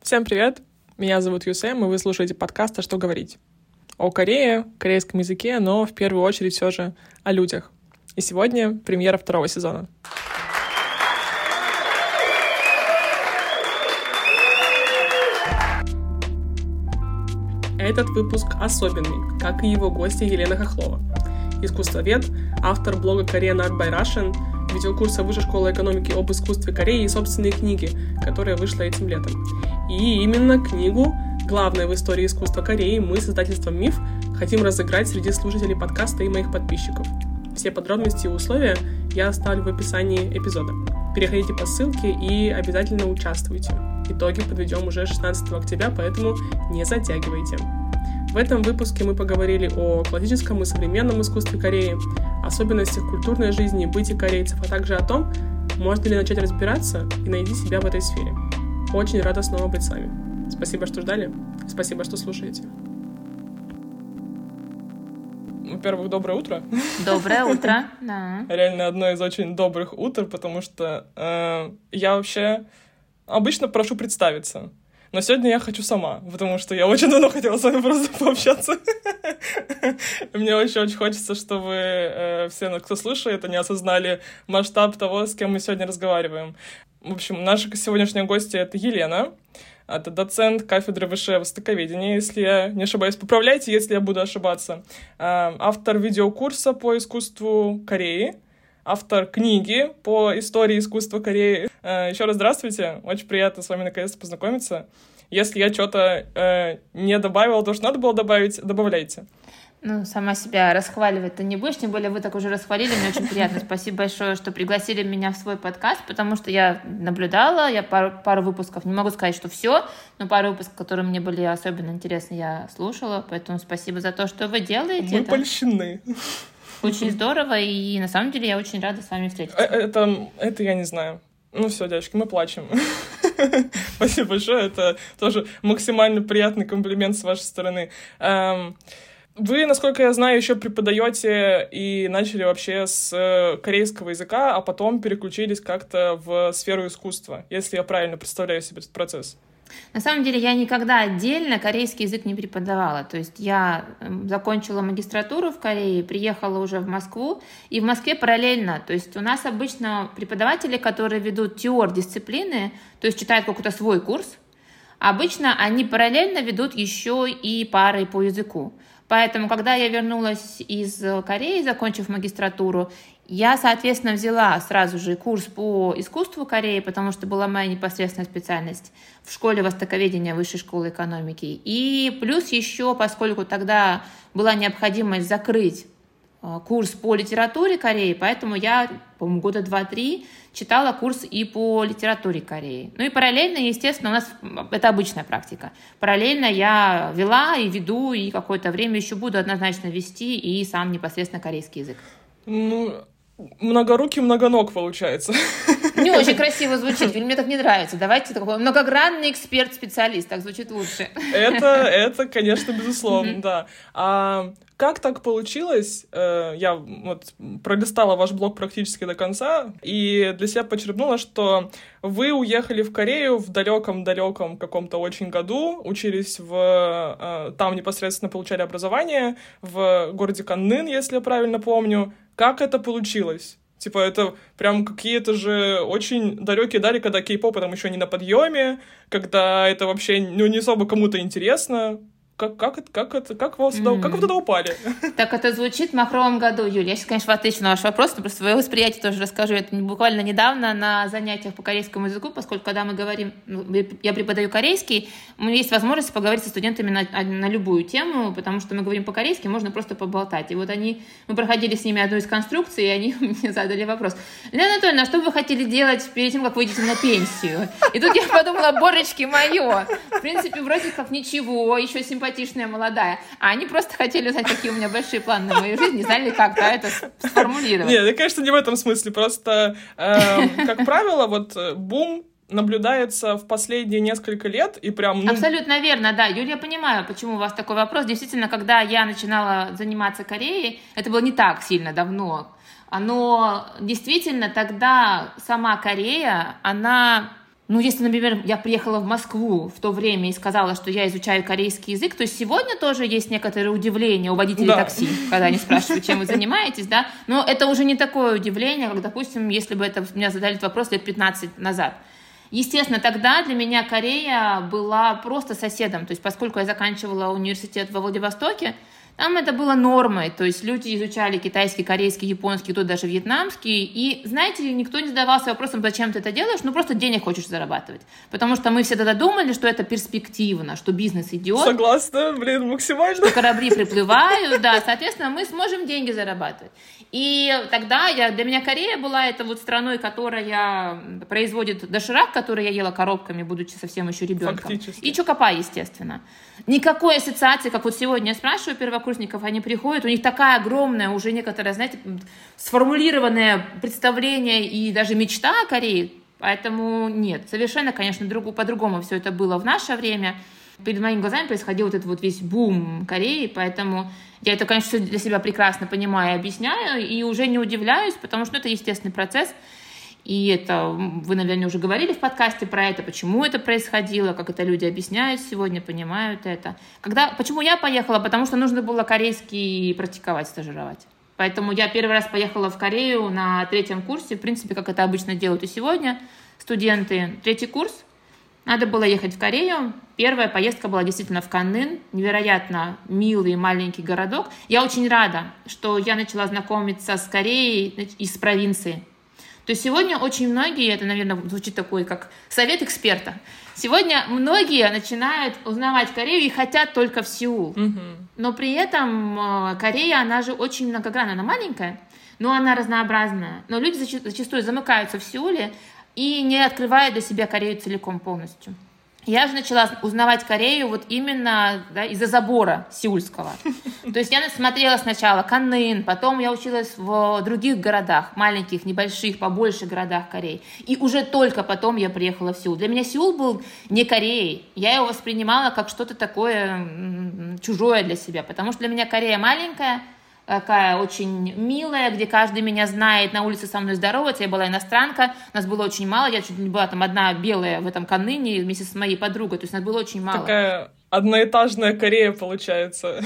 Всем привет! Меня зовут Юсэм, и вы слушаете подкаст «А что говорить?» О Корее, корейском языке, но в первую очередь все же о людях. И сегодня премьера 2-го сезона. Этот выпуск особенный, как и его гостья Елена Хохлова. Искусствовед, автор блога Korean Art by Russian, видеокурса Высшей школы экономики об искусстве Кореи и собственной книги, которая вышла этим летом. И именно книгу «Главное в истории искусства Кореи» мы с издательством «Миф» хотим разыграть среди слушателей подкаста и моих подписчиков. Все подробности и условия я оставлю в описании эпизода. Переходите по ссылке и обязательно участвуйте. Итоги подведем уже 16 октября, поэтому не затягивайте. В этом выпуске мы поговорили о классическом и современном искусстве Кореи, особенностях культурной жизни и быте корейцев, а также о том, можно ли начать разбираться и найти себя в этой сфере. Очень рада снова быть с вами. Спасибо, что ждали. Спасибо, что слушаете. Во-первых, доброе утро. Доброе утро, да. Реально одно из очень добрых утр, потому что я вообще обычно прошу представиться. Но сегодня я хочу сама, потому что я очень давно хотела с вами просто пообщаться. Мне очень хочется, чтобы все, кто слушает, они осознали масштаб того, с кем мы сегодня разговариваем. В общем, наша сегодняшняя гостья — это Елена. Это доцент кафедры высшего востоковедения, если я не ошибаюсь. Поправляйте, если я буду ошибаться. Автор видеокурса по искусству Кореи. Автор книги по истории искусства Кореи. Еще раз здравствуйте. Очень приятно с вами наконец-то познакомиться. Если я что-то не добавила, то, что надо было добавить, добавляйте. Сама себя расхваливать-то не будешь, тем более вы так уже расхвалили, мне очень приятно. Спасибо большое, что пригласили меня в свой подкаст, потому что я наблюдала, я пару выпусков, не могу сказать, что все, но пару выпусков, которые мне были особенно интересны, я слушала, поэтому спасибо за то, что вы делаете. Мы польщены. Очень здорово, и на самом деле я очень рада с вами встретиться. Это я не знаю. Все, девочки, мы плачем. Спасибо большое, это тоже максимально приятный комплимент с вашей стороны. Вы, насколько я знаю, еще преподаете и начали вообще с корейского языка, а потом переключились как-то в сферу искусства, если я правильно представляю себе этот процесс. На самом деле я никогда отдельно корейский язык не преподавала. То есть я закончила магистратуру в Корее, приехала уже в Москву, и в Москве параллельно. То есть у нас обычно преподаватели, которые ведут дисциплины, то есть читают какой-то свой курс, обычно они параллельно ведут еще и пары по языку. Поэтому, когда я вернулась из Кореи, закончив магистратуру, я, соответственно, взяла сразу же курс по искусству Кореи, потому что была моя непосредственная специальность в школе востоковедения Высшей школы экономики. И плюс еще, поскольку тогда была необходимость закрыть курс по литературе Кореи, поэтому я, по-моему, года 2-3 читала курс и по литературе Кореи. И параллельно, естественно, у нас это обычная практика. Параллельно я вела и веду, и какое-то время еще буду однозначно вести и сам непосредственно корейский язык. Многорукий, многоног получается. Не очень красиво звучит, мне так не нравится. Давайте такой многогранный эксперт-специалист, так звучит лучше. Это, конечно, безусловно, да. А как так получилось? Я пролистала ваш блог практически до конца и для себя почерпнула, что вы уехали в Корею в далеком каком-то очень году, учились там непосредственно получали образование в городе Каннын, если я правильно помню. Как это получилось? Это прям какие-то же очень далекие дали, когда кей-поп там еще не на подъеме, когда это вообще не особо кому-то интересно. Как вы туда упали? Так это звучит в махровом году, Юля. Я сейчас, конечно, отвечу на ваш вопрос, но просто свое восприятие тоже расскажу. Это буквально недавно на занятиях по корейскому языку, поскольку когда мы говорим, я преподаю корейский, у меня есть возможность поговорить со студентами на любую тему, потому что мы говорим по-корейски, можно просто поболтать. И мы проходили с ними одну из конструкций, и они мне задали вопрос: Лена Анатольевна, что бы вы хотели делать перед тем, как выйдете на пенсию? И тут я подумала, божечки мое, в принципе, вроде как ничего, еще симпатичная, молодая. А они просто хотели узнать, какие у меня большие планы на мою жизнь, не знали, как это сформулировать. Нет, конечно, не в этом смысле. Просто, как правило, бум наблюдается в последние несколько лет и прям... Абсолютно верно, да. Юлия, я понимаю, почему у вас такой вопрос. Действительно, когда я начинала заниматься Кореей, это было не так сильно давно. Но действительно тогда сама Корея, она Ну, если, например, я приехала в Москву в то время и сказала, что я изучаю корейский язык, то сегодня тоже есть некоторое удивление у водителей такси, когда они спрашивают, чем вы занимаетесь, да, но это уже не такое удивление, как, допустим, если бы меня задали этот вопрос лет 15 назад. Естественно, тогда для меня Корея была просто соседом, то есть поскольку я заканчивала университет во Владивостоке, там это было нормой, то есть люди изучали китайский, корейский, японский, кто даже вьетнамский, и, знаете, никто не задавался вопросом, зачем ты это делаешь, ну просто денег хочешь зарабатывать, потому что мы все тогда думали, что это перспективно, что бизнес идет. Согласна, максимально. Что корабли приплывают, да, соответственно, мы сможем деньги зарабатывать. И тогда для меня Корея была это вот страной, которая производит доширак, который я ела коробками, будучи совсем еще ребенком. И чокопа, естественно. Никакой ассоциации, как вот сегодня я спрашиваю первокурсников, они приходят, у них такая огромная уже некоторое, знаете, сформулированное представление и даже мечта о Корее. Поэтому нет, совершенно, конечно, по-другому все это было в наше время. Перед моими глазами происходил вот этот вот весь бум Кореи, поэтому я это, конечно, все для себя прекрасно понимаю и объясняю, и уже не удивляюсь, потому что это естественный процесс. И это вы, наверное, уже говорили в подкасте про это, почему это происходило, как это люди объясняют сегодня, понимают это. Почему я поехала? Потому что нужно было корейский практиковать, стажировать. Поэтому я первый раз поехала в Корею на 3-м курсе, в принципе, как это обычно делают и сегодня студенты. 3-й курс. Надо было ехать в Корею. Первая поездка была действительно в Каннын. Невероятно милый маленький городок. Я очень рада, что я начала знакомиться с Кореей из провинции. То есть сегодня очень многие, это, наверное, звучит такой, как совет эксперта. Сегодня многие начинают узнавать Корею и хотят только в Сеул. Но при этом Корея, она же очень многогранная, она маленькая, но она разнообразная. Но люди зачастую замыкаются в Сеуле и не открывают для себя Корею целиком полностью. Я же начала узнавать Корею вот именно из-за забора сеульского. То есть я смотрела сначала Каннын, потом я училась в других городах, маленьких, небольших, побольше городах Кореи. И уже только потом я приехала в Сеул. Для меня Сеул был не Кореей. Я его воспринимала как что-то такое чужое для себя, потому что для меня Корея маленькая, такая очень милая, где каждый меня знает, на улице со мной здоровается. Я была иностранка, нас было очень мало, я чуть не была там одна белая в этом Канныне вместе с моей подругой, то есть нас было очень мало. Такая одноэтажная Корея получается.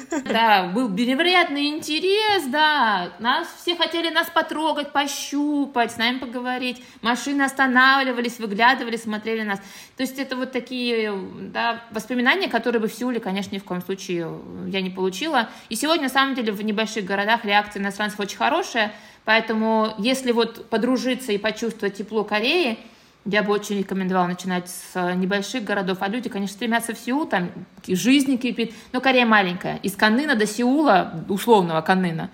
Да, был невероятный интерес, да, все хотели нас потрогать, пощупать, с нами поговорить, машины останавливались, выглядывали, смотрели нас. То есть это вот такие воспоминания, которые бы в Сеуле, конечно, ни в коем случае я не получила. И сегодня, на самом деле, в небольших городах реакция иностранцев очень хорошая, поэтому если вот подружиться и почувствовать тепло Кореи, я бы очень рекомендовала начинать с небольших городов. А люди, конечно, стремятся в Сеул, там жизнь кипит. Но Корея маленькая. Из Каннына до Сеула, условного Каннына,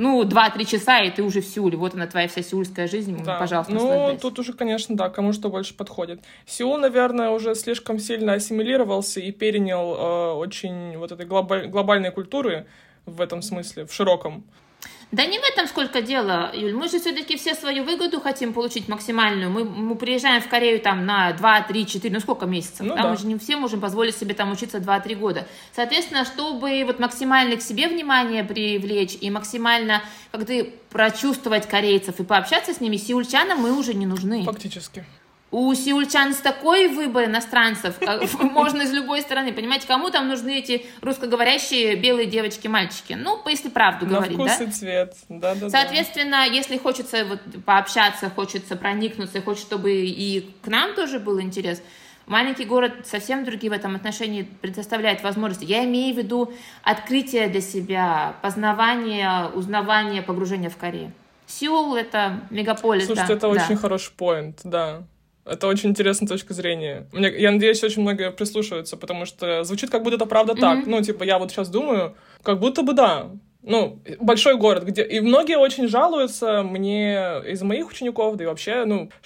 2-3 часа, и ты уже в Сеуле. Вот она, твоя вся сеульская жизнь. Да. Пожалуйста, наслаждайся. Тут уже, конечно, да, кому что больше подходит. Сеул, наверное, уже слишком сильно ассимилировался и перенял очень вот этой глобальной культуры в этом смысле, в широком. Да не в этом сколько дела, Юль. Мы же все-таки все свою выгоду хотим получить максимальную. Мы приезжаем в Корею там на 2, 3, 4, сколько месяцев? Мы же не все можем позволить себе там учиться 2-3 года. Соответственно, чтобы вот максимально к себе внимание привлечь и максимально как-то прочувствовать корейцев и пообщаться с ними, сеульчанам мы уже не нужны. Фактически. У сеульчан такой выбор иностранцев, можно из любой страны, понимаете, кому там нужны эти русскоговорящие белые девочки-мальчики, если правду говорить, да? На вкус и цвет, да. Соответственно, если хочется пообщаться, хочется проникнуться, хочется, чтобы и к нам тоже был интерес, маленький город совсем другие в этом отношении предоставляет возможности. Я имею в виду открытие для себя, познавание, узнавание, погружение в Корею. Сеул — это мегаполис, Слушайте, это очень хороший поинт, да. Это очень интересная точка зрения. Я надеюсь, очень многие прислушиваются, потому что звучит, как будто это правда так. Я вот сейчас думаю, как будто бы да. Большой город, где... И многие очень жалуются мне из моих учеников, да и вообще,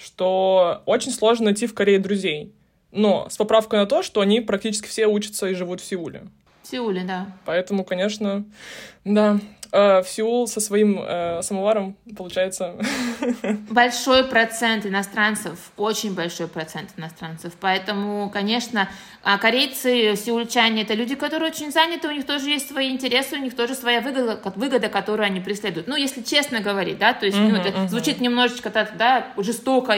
что очень сложно найти в Корее друзей. Но с поправкой на то, что они практически все учатся и живут в Сеуле. В Сеуле, да. Поэтому, конечно, да... В Сеул со своим самоваром, получается... Большой процент иностранцев, очень большой процент иностранцев. Поэтому, конечно, корейцы, сеульчане — это люди, которые очень заняты, у них тоже есть свои интересы, у них тоже своя выгода, которую они преследуют. Если честно говорить, да, то есть это звучит немножечко жестоко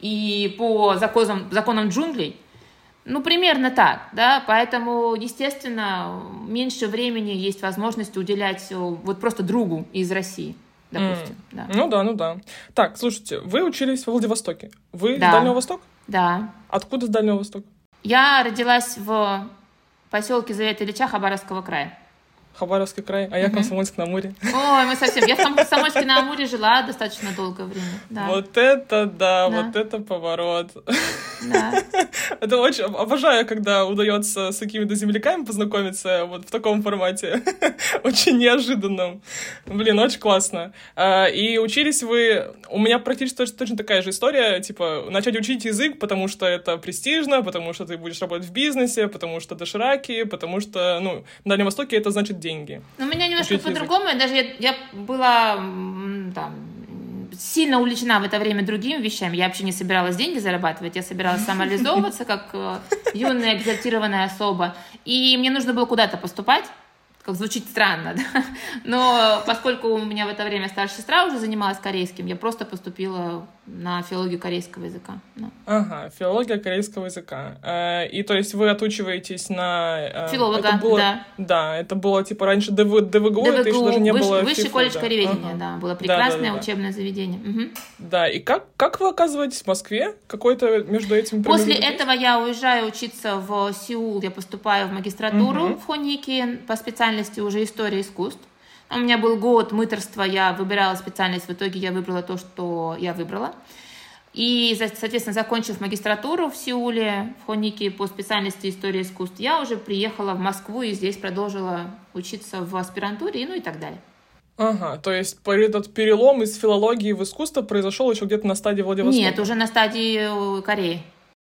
и по законам джунглей. Ну, примерно так, да, поэтому, естественно, меньше времени есть возможность уделять вот просто другу из России, допустим. Да. Ну да. Так, слушайте, вы учились в Владивостоке. Вы Да. с Дальнего Востока? Да. Откуда с Дальнего Востока? Я родилась в поселке Завета Ильича Хабаровского края. Хабаровский край, а я Комсомольск-на-Амуре. Ой, мы совсем... Я в Комсомольске-на-Амуре жила достаточно долгое время. Да. Вот это да, вот это поворот. Да. Это очень... Обожаю, когда удается с какими-то земляками познакомиться вот в таком формате. Очень неожиданном. Блин, очень классно. И учились вы... У меня практически точно такая же история. Типа, начать учить язык, потому что это престижно, потому что ты будешь работать в бизнесе, потому что дошираки, потому что, ну, на Дальнем Востоке это значит деньги. У меня немножко по-другому. Даже я была там, сильно увлечена в это время другими вещами. Я вообще не собиралась деньги зарабатывать. Я собиралась самореализовываться как юная экзальтированная особа. И мне нужно было куда-то поступать. Как звучит странно, да? Но поскольку у меня в это время старшая сестра уже занималась корейским, я просто поступила на филологию корейского языка. Да. Ага, филология корейского языка. И то есть вы отучиваетесь на... Филолога, это было, да. Да, это было типа раньше ДВГУ, это еще даже не было Высший ФИФУ, колледж да. корееведения, да. Было прекрасное Да. учебное заведение. Угу. Да, и как вы оказываетесь в Москве? Какой-то между этими... После этого я уезжаю учиться в Сеул, я поступаю в магистратуру в Хоники по специальности уже история искусств. У меня был год мыторства, я выбирала специальность, в итоге я выбрала то, что я выбрала. И, соответственно, закончив магистратуру в Сеуле, в Хонике по специальности история искусств, я уже приехала в Москву и здесь продолжила учиться в аспирантуре, ну и так далее. Ага, то есть этот перелом из филологии в искусство произошел еще где-то на стадии Владивостока? Нет, уже на стадии Кореи.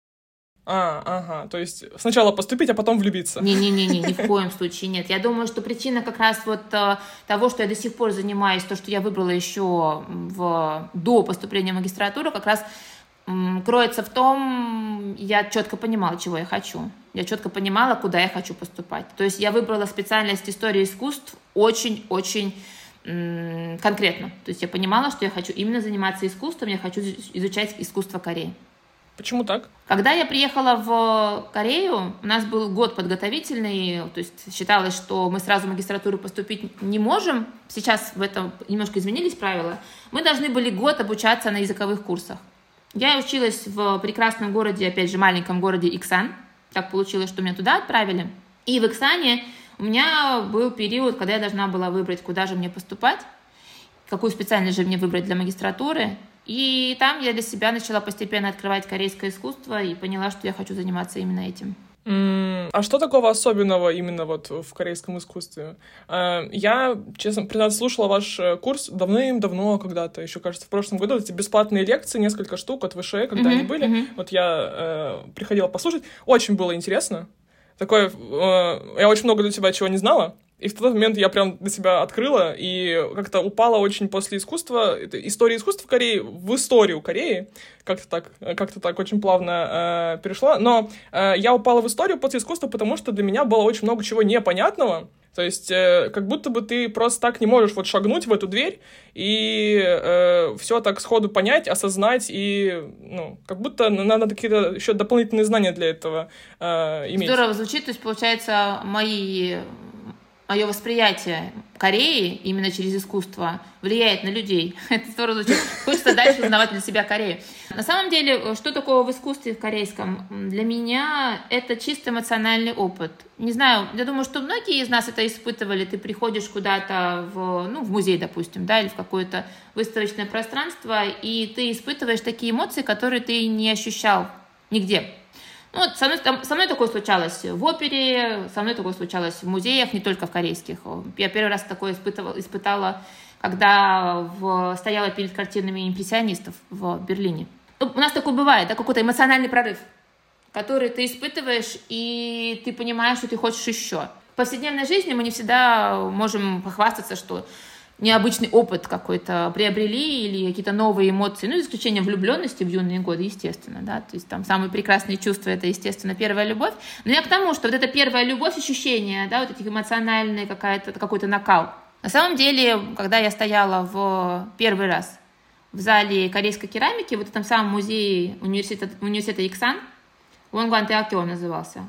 Ага, то есть сначала поступить, а потом влюбиться. Не, ни в коем случае нет. Я думаю, что причина как раз вот того, что я до сих пор занимаюсь, то, что я выбрала еще до поступления в магистратуру, как раз кроется в том, я четко понимала, чего я хочу. Я четко понимала, куда я хочу поступать. То есть я выбрала специальность истории искусств очень-очень конкретно. То есть я понимала, что я хочу именно заниматься искусством, я хочу изучать искусство Кореи. Почему так? Когда я приехала в Корею, у нас был год подготовительный, то есть считалось, что мы сразу в магистратуру поступить не можем. Сейчас в этом немножко изменились правила. Мы должны были год обучаться на языковых курсах. Я училась в прекрасном городе, опять же, маленьком городе Иксан. Так получилось, что меня туда отправили. И в Иксане у меня был период, когда я должна была выбрать, куда же мне поступать, какую специальность же мне выбрать для магистратуры. И там я для себя начала постепенно открывать корейское искусство и поняла, что я хочу заниматься именно этим. А что такого особенного именно вот в корейском искусстве? Я, честно признаться, слушала ваш курс давным-давно когда-то, еще, кажется, в прошлом году, эти бесплатные лекции, несколько штук от ВШЭ, когда они были. Вот я приходила послушать, очень было интересно. Такое, я очень много для себя чего не знала. И в тот момент я прям для себя открыла и как-то упала очень после искусства, истории искусства в Корее, в историю Кореи. Как-то так очень плавно перешла. Но я упала в историю после искусства, потому что для меня было очень много чего непонятного. То есть как будто бы ты просто так не можешь вот шагнуть в эту дверь и все так сходу понять, осознать, и как будто надо какие-то еще дополнительные знания для этого иметь. Здорово звучит, то есть получается мое восприятие Кореи именно через искусство влияет на людей. Это здорово звучит. Хочется дальше узнавать для себя Корею. На самом деле, что такого в искусстве в корейском? Для меня это чисто эмоциональный опыт. Не знаю, я думаю, что многие из нас это испытывали. Ты приходишь куда-то в музей, допустим, да, или в какое-то выставочное пространство, и ты испытываешь такие эмоции, которые ты не ощущал нигде. Вот, со мной такое случалось в опере, со мной такое случалось в музеях, не только в корейских. Я первый раз такое испытала, когда стояла перед картинами импрессионистов в Берлине. У нас такое бывает, да, какой-то эмоциональный прорыв, который ты испытываешь, и ты понимаешь, что ты хочешь еще. В повседневной жизни мы не всегда можем похвастаться, что необычный опыт какой-то приобрели или какие-то новые эмоции, за исключением влюбленности в юные годы, естественно, да, то есть там самые прекрасные чувства — это, естественно, первая любовь, но я к тому, что вот эта первая любовь, ощущение, да, вот этих эмоциональные какой-то накал. На самом деле, когда я стояла в первый раз в зале корейской керамики, вот в этом самом музее университета Иксан, Вонгван-Теакё он назывался.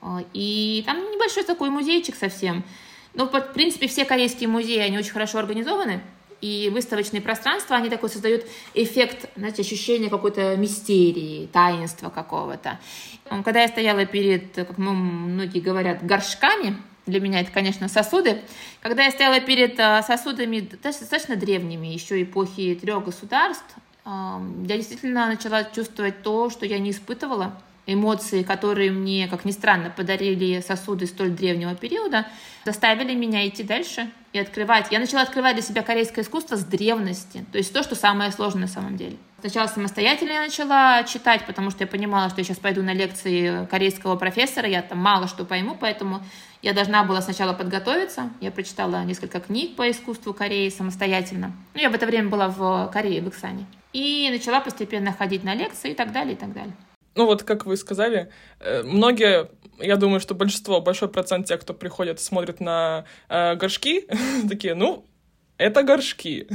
И там небольшой такой музейчик совсем. Но, в принципе, все корейские музеи, они очень хорошо организованы. И выставочные пространства, они такой создают эффект, знаете, ощущения какой-то мистерии, таинства какого-то. Когда я стояла перед, как многие говорят, горшками, для меня это, конечно, сосуды. Когда я стояла перед сосудами достаточно древними, еще эпохи 3 государств, я действительно начала чувствовать то, что я не испытывала. Эмоции, которые мне, как ни странно, подарили сосуды столь древнего периода, заставили меня идти дальше и открывать. Я начала открывать для себя корейское искусство с древности, то есть то, что самое сложное на самом деле. Сначала самостоятельно я начала читать, потому что я понимала, что я сейчас пойду на лекции корейского профессора, я там мало что пойму, поэтому я должна была сначала подготовиться. Я прочитала несколько книг по искусству Кореи самостоятельно. Я в это время была в Корее, в Иксане. И начала постепенно ходить на лекции и так далее, и так далее. Ну вот, как вы сказали, многие, я думаю, что большой процент тех, кто приходит, смотрит на горшки, такие, это горшки.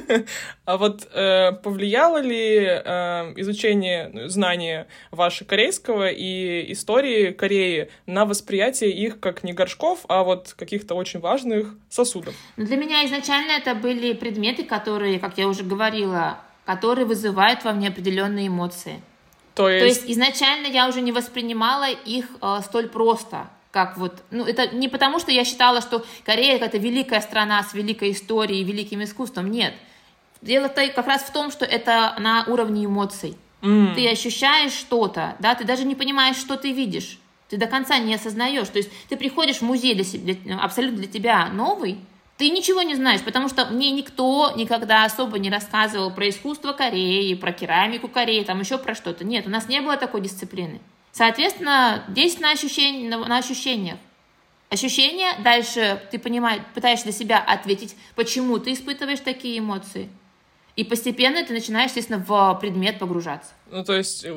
А вот повлияло ли изучение, знание ваше корейского и истории Кореи на восприятие их как не горшков, а вот каких-то очень важных сосудов? Для меня изначально это были предметы, которые, как я уже говорила, которые вызывают во мне определенные эмоции. То есть изначально я уже не воспринимала их столь просто, как вот, это не потому, что я считала, что Корея какая-то великая страна с великой историей и великим искусством, нет. Дело как раз в том, что это на уровне эмоций. Ты ощущаешь что-то, да, ты даже не понимаешь, что ты видишь, ты до конца не осознаешь, то есть ты приходишь в музей абсолютно для тебя новый, ты ничего не знаешь, потому что мне никто никогда особо не рассказывал про искусство Кореи, про керамику Кореи, там еще про что-то. Нет, у нас не было такой дисциплины. Соответственно, действует на ощущениях. Ощущения, дальше ты пытаешься для себя ответить, почему ты испытываешь такие эмоции. И постепенно ты начинаешь, естественно, в предмет погружаться. То есть...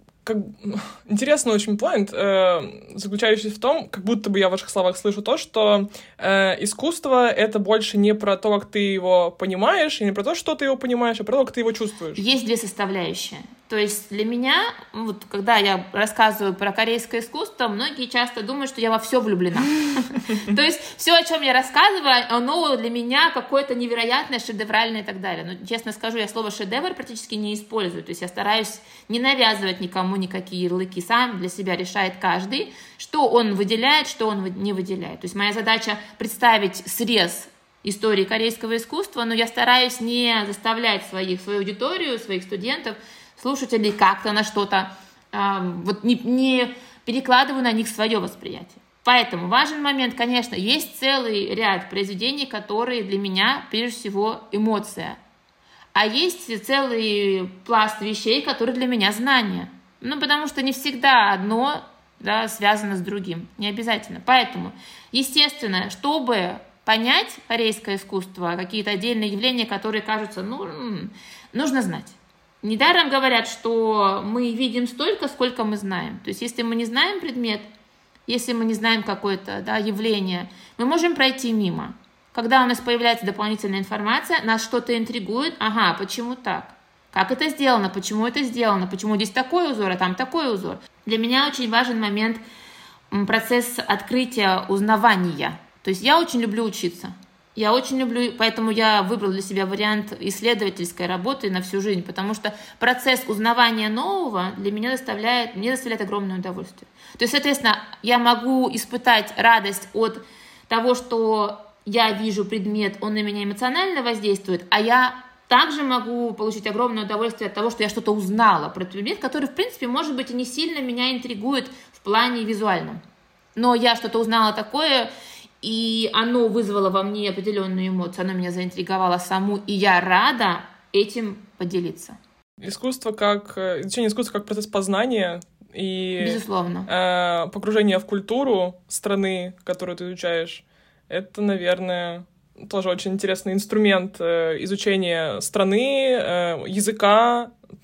Интересный очень поинт, заключающийся в том, как будто бы я в ваших словах слышу то, что искусство — это больше не про то, как ты его понимаешь, и не про то, что ты его понимаешь, а про то, как ты его чувствуешь. Есть две составляющие. То есть для меня, вот когда я рассказываю про корейское искусство, многие часто думают, что я во все влюблена. То есть все, о чем я рассказываю, оно для меня какое-то невероятное, шедевральное и так далее. Но, честно скажу, я слово «шедевр» практически не использую. То есть я стараюсь не навязывать никому никакие ярлыки. Сам для себя решает каждый, что он выделяет, что он не выделяет. То есть моя задача представить срез истории корейского искусства, но я стараюсь не заставлять свою аудиторию, своих студентов, слушателей как-то на что-то, не перекладываю на них свое восприятие. Поэтому важный момент, конечно, есть целый ряд произведений, которые для меня, прежде всего, эмоция. А есть целый пласт вещей, которые для меня знания. Потому что не всегда одно связано с другим, не обязательно. Поэтому, естественно, чтобы понять корейское искусство, какие-то отдельные явления, которые кажутся, нужно знать. Недаром говорят, что мы видим столько, сколько мы знаем. То есть, если мы не знаем предмет, если мы не знаем какое-то явление, мы можем пройти мимо. Когда у нас появляется дополнительная информация, нас что-то интригует. Ага, почему так? Как это сделано? Почему это сделано? Почему здесь такой узор, а там такой узор? Для меня очень важен момент, процесс открытия, узнавания. То есть я очень люблю учиться. Я очень люблю, поэтому я выбрала для себя вариант исследовательской работы на всю жизнь, потому что процесс узнавания нового для меня доставляет огромное удовольствие. То есть, соответственно, я могу испытать радость от того, что я вижу предмет, он на меня эмоционально воздействует, а я также могу получить огромное удовольствие от того, что я что-то узнала про предмет, который, в принципе, может быть, и не сильно меня интригует в плане визуальном. Но я что-то узнала такое, и оно вызвало во мне определенную эмоцию, оно меня заинтриговало саму, и я рада этим поделиться. Изучение искусства как процесс познания и безусловно. Погружение в культуру страны, которую ты изучаешь, это, наверное, тоже очень интересный инструмент изучения страны, языка,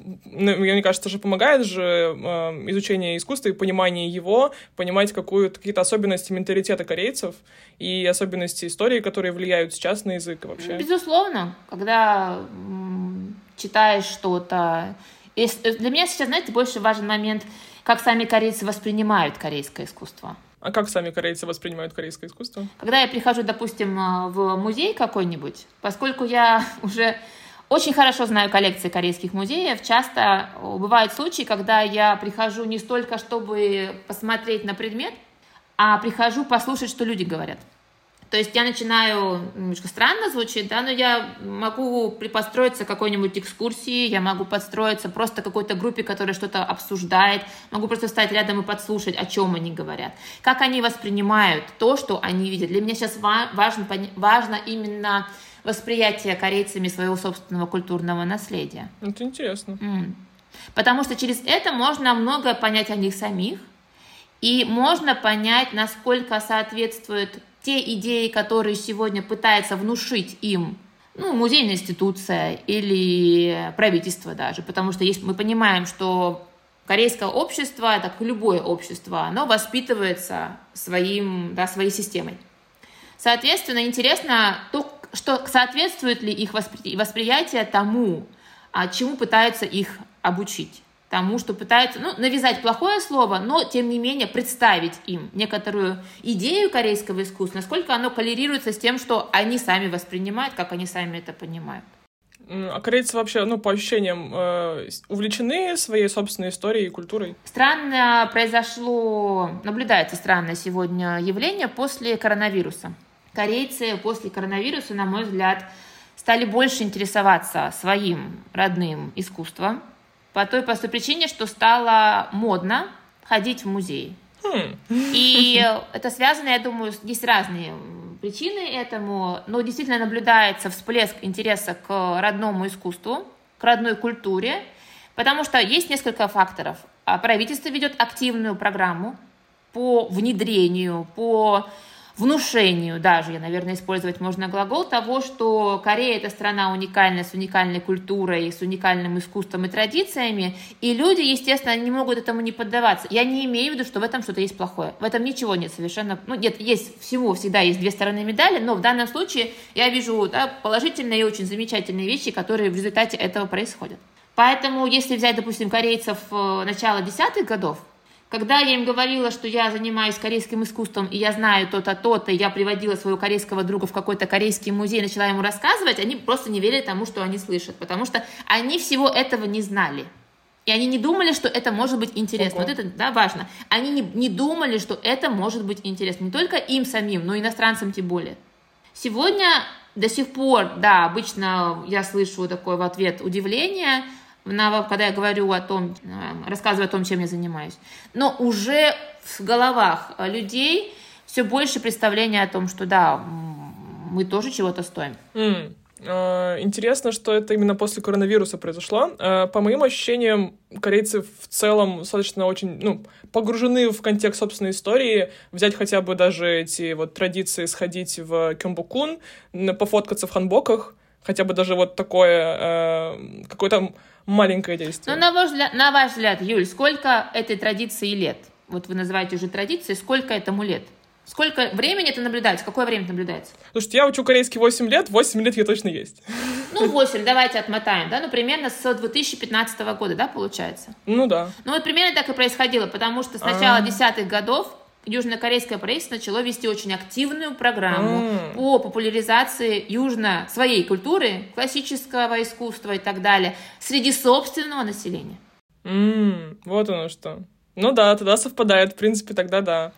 мне кажется, же помогает же изучение искусства и понимание его, понимать какие-то особенности менталитета корейцев и особенности истории, которые влияют сейчас на язык вообще. Безусловно, когда читаешь что-то. Для меня сейчас, знаете, больше важен момент, как сами корейцы воспринимают корейское искусство. А как сами корейцы воспринимают корейское искусство? Когда я прихожу, допустим, в музей какой-нибудь, поскольку я уже очень хорошо знаю коллекции корейских музеев, часто бывают случаи, когда я прихожу не столько, чтобы посмотреть на предмет, а прихожу послушать, что люди говорят. То есть я начинаю, немножко странно звучит, да, но я могу построиться к какой-нибудь экскурсии, я могу подстроиться просто к какой-то группе, которая что-то обсуждает, могу просто встать рядом и подслушать, о чем они говорят, как они воспринимают то, что они видят. Для меня сейчас важно именно восприятие корейцами своего собственного культурного наследия. Это интересно. Потому что через это можно многое понять о них самих, и можно понять, насколько соответствует те идеи, которые сегодня пытается внушить им, музейная институция или правительство даже, потому что мы понимаем, что корейское общество, так и любое общество, оно воспитывается своей системой. Соответственно, интересно, что соответствует ли их восприятие тому, чему пытаются их обучить. Тому, что пытаются навязать плохое слово, но, тем не менее, представить им некоторую идею корейского искусства, насколько оно коррелируется с тем, что они сами воспринимают, как они сами это понимают. А корейцы вообще, по ощущениям, увлечены своей собственной историей и культурой? Наблюдается странное сегодня явление после коронавируса. Корейцы после коронавируса, на мой взгляд, стали больше интересоваться своим родным искусством, по той простой причине, что стало модно ходить в музей. И это связано, я думаю, есть разные причины этому, но действительно наблюдается всплеск интереса к родному искусству, к родной культуре, потому что есть несколько факторов. Правительство ведет активную программу по внедрению, по внушению даже, наверное, использовать можно глагол, того, что Корея — это страна уникальная, с уникальной культурой, с уникальным искусством и традициями, и люди, естественно, не могут этому не поддаваться. Я не имею в виду, что в этом что-то есть плохое. В этом ничего нет совершенно. Нет, всегда есть две стороны медали, но в данном случае я вижу положительные и очень замечательные вещи, которые в результате этого происходят. Поэтому, если взять, допустим, корейцев начала 10-х годов, когда я им говорила, что я занимаюсь корейским искусством, и я знаю то-то, то-то, и я приводила своего корейского друга в какой-то корейский музей, начала ему рассказывать, они просто не верили тому, что они слышат, потому что они всего этого не знали. И они не думали, что это может быть интересно. Вот это, важно. Они не думали, что это может быть интересно. Не только им самим, но и иностранцам тем более. Сегодня до сих пор, обычно я слышу такое в ответ удивление, когда я рассказываю о том, чем я занимаюсь. Но уже в головах людей все больше представления о том, что мы тоже чего-то стоим. Интересно, что это именно после коронавируса произошло. По моим ощущениям, корейцы в целом достаточно очень погружены в контекст собственной истории. Взять хотя бы даже эти традиции сходить в Кёмбокун, пофоткаться в ханбоках, хотя бы даже такое какое-то маленькое действие. На ваш взгляд, Юль, сколько этой традиции лет? Вот вы называете уже традицией, сколько этому лет? Сколько времени это наблюдается? Какое время это наблюдается? Слушайте, я учу корейский 8 лет, 8 лет я точно есть. 8, давайте отмотаем, примерно с 2015 года, получается? Да. Примерно так и происходило, потому что с начала 10-х годов южнокорейское правительство начало вести очень активную программу по популяризации своей культуры, классического искусства и так далее, среди собственного населения. Вот оно что. Тогда совпадает, в принципе, тогда да.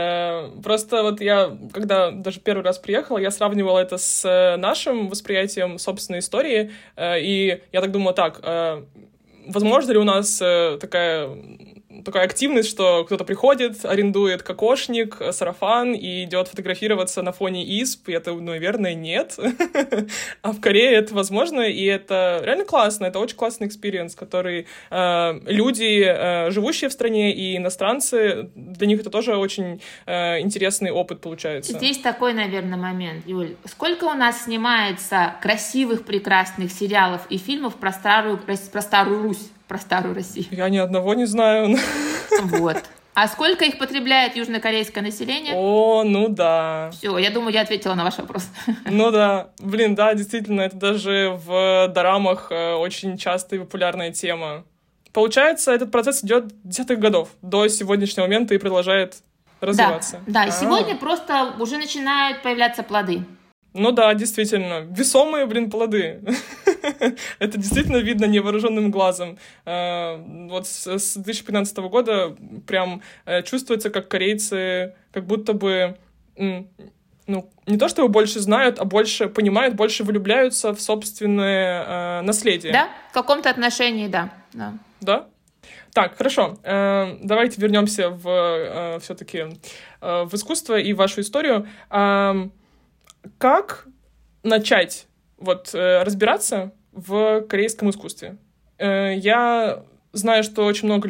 Просто я, когда даже первый раз приехала, я сравнивала это с нашим восприятием собственной истории, и я так думала, возможно ли у нас такая такая активность, что кто-то приходит, арендует кокошник, сарафан и идет фотографироваться на фоне исп, и это, наверное, нет. А в Корее это возможно, и это реально классно, это очень классный экспириенс, который люди, живущие в стране, и иностранцы, для них это тоже очень интересный опыт получается. Здесь такой, наверное, момент, Юль. Сколько у нас снимается красивых, прекрасных сериалов и фильмов про Старую Русь, про Старую Россию? Я ни одного не знаю. Вот. А сколько их потребляет южнокорейское население? О, ну да. Все, я думаю, я ответила на ваш вопрос. Ну да. Блин, да, действительно, это даже в дорамах очень частая и популярная тема. Получается, этот процесс идет с 10-х годов до сегодняшнего момента и продолжает развиваться. Да, и сегодня просто уже начинают появляться плоды. Ну да, действительно. Весомые, плоды. Это действительно видно невооруженным глазом. Вот с 2015 года прям чувствуется, как корейцы как будто бы, не то чтобы больше знают, а больше понимают, больше влюбляются в собственное наследие. Да, в каком-то отношении, да. Да? Так, хорошо. Давайте вернемся все-таки в искусство и вашу историю. Как начать разбираться в корейском искусстве? Я знаю, что очень много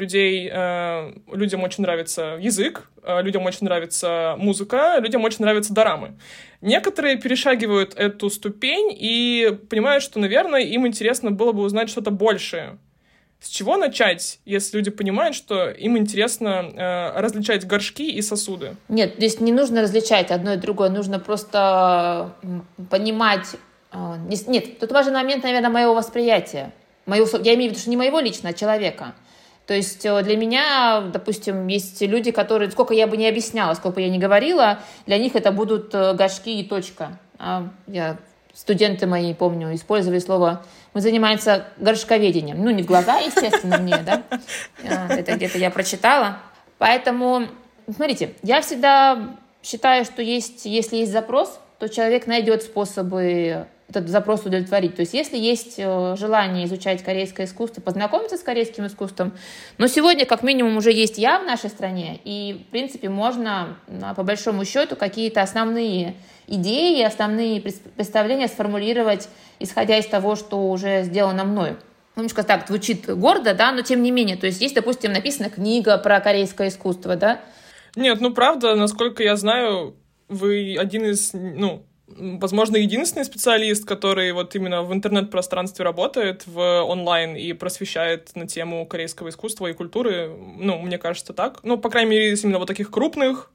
людям очень нравится язык, людям очень нравится музыка, людям очень нравятся дорамы. Некоторые перешагивают эту ступень и понимают, что, наверное, им интересно было бы узнать что-то большее. С чего начать, если люди понимают, что им интересно различать горшки и сосуды? Нет, здесь не нужно различать одно и другое, нужно просто понимать... Нет, тут важен момент, наверное, моего восприятия. Я имею в виду, что не моего лично, а человека. То есть для меня, допустим, есть люди, которые, сколько я бы не объясняла, сколько я не говорила, для них это будут горшки и точка. Студенты мои, помню, использовали слово «мы занимаемся горшковедением». Не в глаза, естественно, мне, да? Это где-то я прочитала. Поэтому, смотрите, я всегда считаю, что если есть запрос, то человек найдет способы этот запрос удовлетворить. То есть если есть желание изучать корейское искусство, познакомиться с корейским искусством, но сегодня как минимум уже есть я в нашей стране, и в принципе можно по большому счету какие-то основные идеи, основные представления сформулировать, исходя из того, что уже сделано мною. Немножко так звучит гордо, да, но тем не менее, то есть допустим, написана книга про корейское искусство, да? Нет, правда, насколько я знаю, вы один из, возможно, единственный специалист, который именно в интернет-пространстве работает, в онлайн и просвещает на тему корейского искусства и культуры. Мне кажется, так. По крайней мере, из именно таких крупных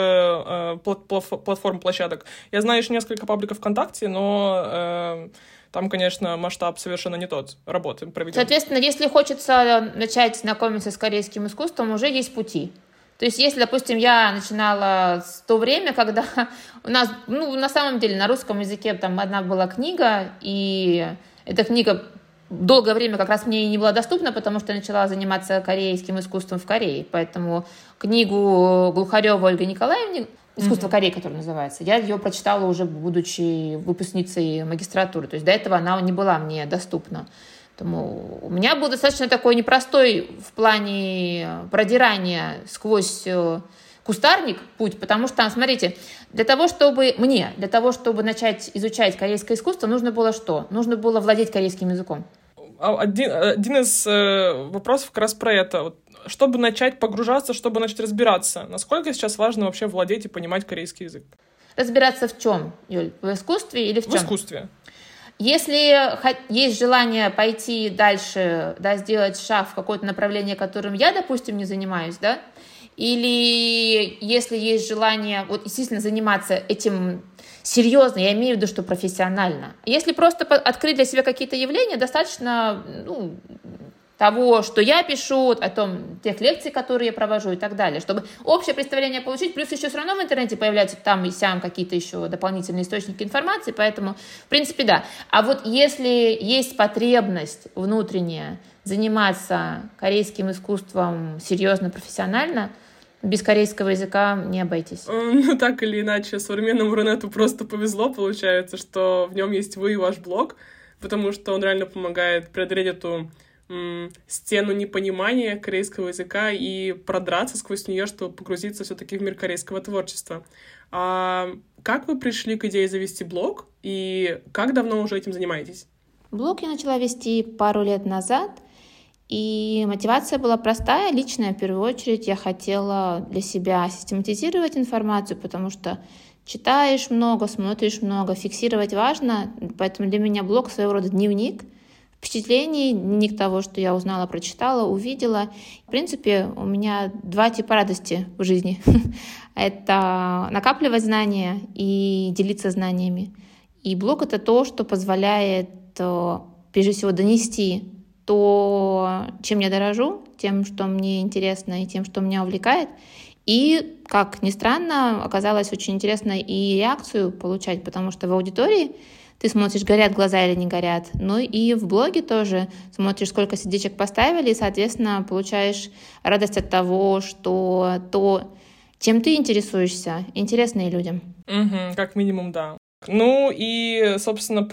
платформ, площадок. Я знаю еще несколько пабликов ВКонтакте, но там, конечно, масштаб совершенно не тот работы проведен. Соответственно, если хочется начать знакомиться с корейским искусством, уже есть пути. То есть, если, допустим, я начинала в то время, когда у нас, на самом деле, на русском языке там одна была книга, и эта книга долгое время как раз мне и не была доступна, потому что я начала заниматься корейским искусством в Корее. Поэтому книгу Глухарева Ольги Николаевны «Искусство Кореи», которая называется, я ее прочитала уже, будучи выпускницей магистратуры. То есть, до этого она не была мне доступна. Поэтому у меня был достаточно такой непростой в плане продирания сквозь кустарник путь, потому что, смотрите, для того, чтобы начать изучать корейское искусство, нужно было что? Нужно было владеть корейским языком. Один из вопросов как раз про это. Чтобы начать погружаться, чтобы начать разбираться, насколько сейчас важно вообще владеть и понимать корейский язык? Разбираться в чем, Юль? В искусстве или в чем? В искусстве. Если есть желание пойти дальше, да, сделать шаг в какое-то направление, которым я, допустим, не занимаюсь, да, или если есть желание естественно, заниматься этим серьезно, я имею в виду, что профессионально. Если просто открыть для себя какие-то явления, достаточно того, что я пишу, о том, тех лекций, которые я провожу и так далее, чтобы общее представление получить, плюс еще все равно в интернете появляются там и сям какие-то еще дополнительные источники информации, поэтому, в принципе, да. А если есть потребность внутренняя заниматься корейским искусством серьезно, профессионально, без корейского языка не обойтись. Так или иначе, современному Рунету просто повезло, получается, что в нем есть вы и ваш блог, потому что он реально помогает преодолеть эту стену непонимания корейского языка и продраться сквозь нее, чтобы погрузиться все-таки в мир корейского творчества. А как вы пришли к идее завести блог и как давно уже этим занимаетесь? Блог я начала вести пару лет назад, и мотивация была простая, личная. В первую очередь я хотела для себя систематизировать информацию, потому что читаешь много, смотришь много, фиксировать важно, поэтому для меня блог своего рода дневник впечатлений, дневник того, что я узнала, прочитала, увидела. В принципе, у меня два типа радости в жизни. Это накапливать знания и делиться знаниями. И блог — это то, что позволяет, прежде всего, донести то, чем я дорожу, тем, что мне интересно и тем, что меня увлекает. И, как ни странно, оказалось очень интересно и реакцию получать, потому что в аудитории ты смотришь, горят глаза или не горят. Ну и в блоге тоже смотришь, сколько сердечек поставили, и, соответственно, получаешь радость от того, что то, чем ты интересуешься, интересно и людям. Как минимум, да. Ну и, собственно,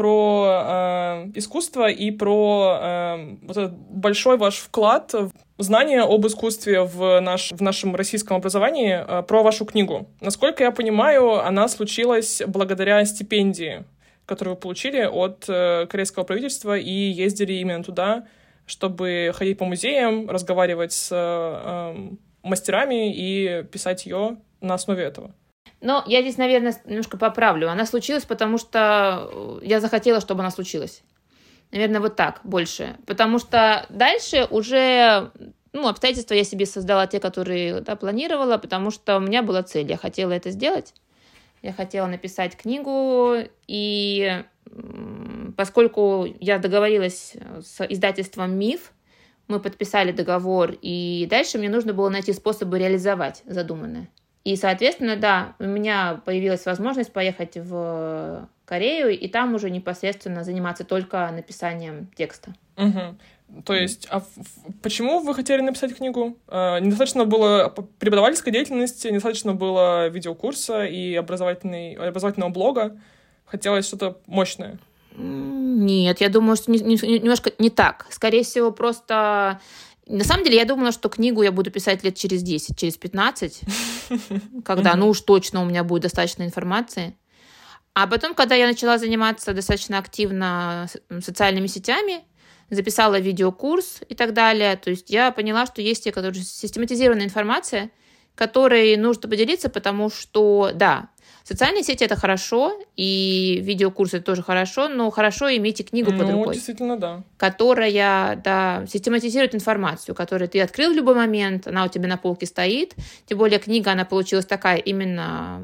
про искусство и про вот этот большой ваш вклад в знания об искусстве в нашем российском образовании, про вашу книгу. Насколько я понимаю, она случилась благодаря стипендии, которую вы получили от корейского правительства, и ездили именно туда, чтобы ходить по музеям, разговаривать с мастерами и писать ее на основе этого. Но я здесь, наверное, немножко поправлю. Она случилась, потому что я захотела, чтобы она случилась. Наверное, вот так больше. Потому что дальше уже обстоятельства я себе создала те, которые планировала, потому что у меня была цель. Я хотела это сделать. Я хотела написать книгу, и поскольку я договорилась с издательством «Миф», мы подписали договор, и дальше мне нужно было найти способы реализовать задуманное. И, соответственно, да, у меня появилась возможность поехать в Корею и там уже непосредственно заниматься только написанием текста. То есть, почему вы хотели написать книгу? Недостаточно было преподавательской деятельности, недостаточно было видеокурса и образовательного блога? Хотелось что-то мощное? Нет, я думаю, что немножко не так. Скорее всего, просто... На самом деле, я думала, что книгу я буду писать лет через 10, через 15, когда, уж точно у меня будет достаточно информации. А потом, когда я начала заниматься достаточно активно социальными сетями, записала видеокурс и так далее, то есть я поняла, что есть систематизированная информация, которой нужно поделиться, потому что, да, социальные сети — это хорошо, и видеокурсы — это тоже хорошо, но хорошо иметь и книгу под рукой. Действительно, да. Которая, систематизирует информацию, которую ты открыл в любой момент, она у тебя на полке стоит, тем более книга, она получилась такая именно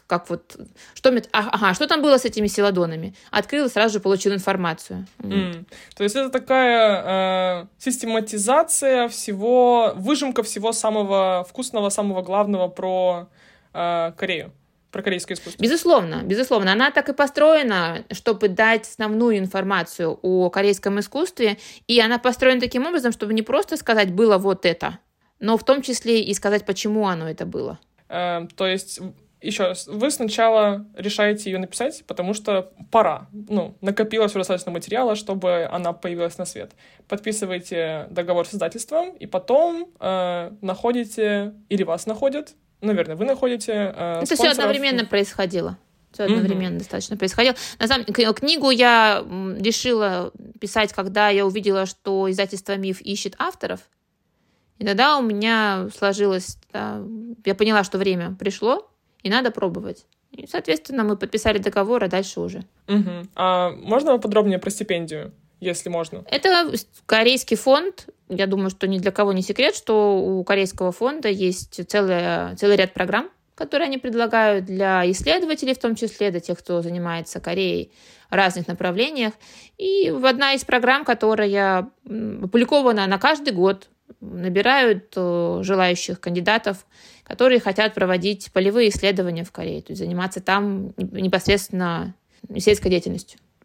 что там было с этими селадонами? Открыл и сразу же получил информацию. То есть это такая систематизация всего, выжимка всего самого вкусного, самого главного про Корею. Про корейское искусство. Безусловно. Она так и построена, чтобы дать основную информацию о корейском искусстве, и она построена таким образом, чтобы не просто сказать «было вот это», но в том числе и сказать, почему оно это было. То есть, еще раз, вы сначала решаете ее написать, потому что пора. Накопилось уже достаточно материала, чтобы она появилась на свет. Подписываете договор с издательством, и потом находите, или вас находят, наверное, вы находите это спонсоров. все одновременно происходило. Все одновременно достаточно происходило. На самом деле, книгу я решила писать, когда я увидела, что издательство «Миф» ищет авторов. И тогда у меня сложилось... я поняла, что время пришло, и надо пробовать. И, соответственно, мы подписали договор, а дальше уже. А можно подробнее про стипендию, если можно? Это корейский фонд. Я думаю, что ни для кого не секрет, что у корейского фонда есть целый ряд программ, которые они предлагают для исследователей, в том числе для тех, кто занимается Кореей в разных направлениях. И одна из программ, которая опубликована на каждый год, набирают желающих кандидатов, которые хотят проводить полевые исследования в Корее, то есть заниматься там непосредственно сельской деятельностью.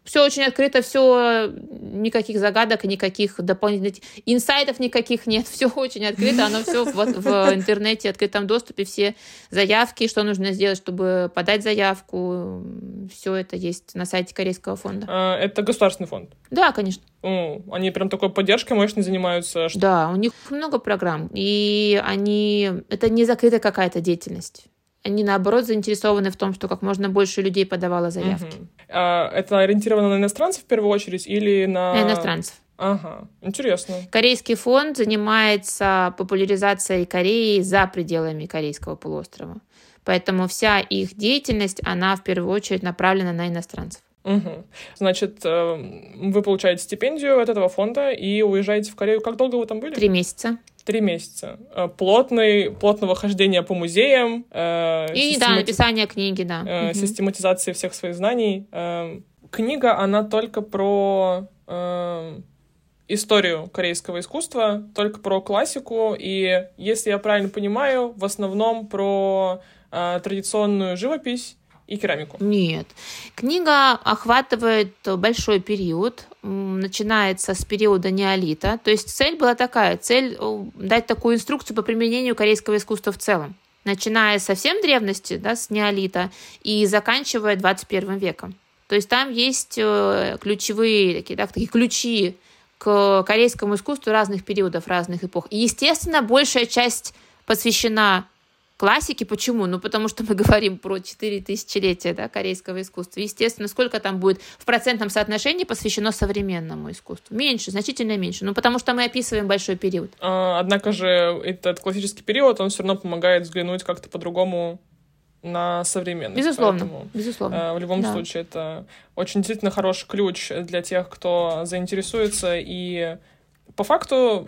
Все очень открыто, все, никаких загадок, никаких дополнительных инсайтов никаких нет, все очень открыто, оно все в интернете, в открытом доступе, все заявки, что нужно сделать, чтобы подать заявку, все это есть на сайте Корейского фонда. Это государственный фонд? Да, конечно. Они прям такой поддержкой мощной занимаются? Да, у них много программ, и это не закрытая какая-то деятельность. Они, наоборот, заинтересованы в том, что как можно больше людей подавало заявки. Это ориентировано на иностранцев в первую очередь или на иностранцев. Ага, интересно. Корейский фонд занимается популяризацией Кореи за пределами Корейского полуострова. Поэтому вся их деятельность, она в первую очередь направлена на иностранцев. Значит, вы получаете стипендию от этого фонда и уезжаете в Корею. Как долго вы там были? 3 месяца. 3 месяца. Плотного хождения по музеям. Написание книги, да. Систематизации всех своих знаний. Книга, она только про историю корейского искусства, только про классику, и, если я правильно понимаю, в основном про традиционную живопись и керамику. Нет. Книга охватывает большой период, начинается с периода неолита. То есть цель была такая, дать такую инструкцию по применению корейского искусства в целом, начиная со совсем древности, да, с неолита, и заканчивая 21 веком. То есть там есть ключевые такие ключи к корейскому искусству разных периодов, разных эпох. И, естественно, большая часть посвящена классике. Почему? Потому что мы говорим про 4 тысячелетия, да, корейского искусства. Естественно, сколько там будет в процентном соотношении посвящено современному искусству? Меньше, значительно меньше. Потому что мы описываем большой период. Однако же этот классический период, он все равно помогает взглянуть как-то по-другому на современность. Безусловно. В любом случае, это очень действительно хороший ключ для тех, кто заинтересуется. И по факту,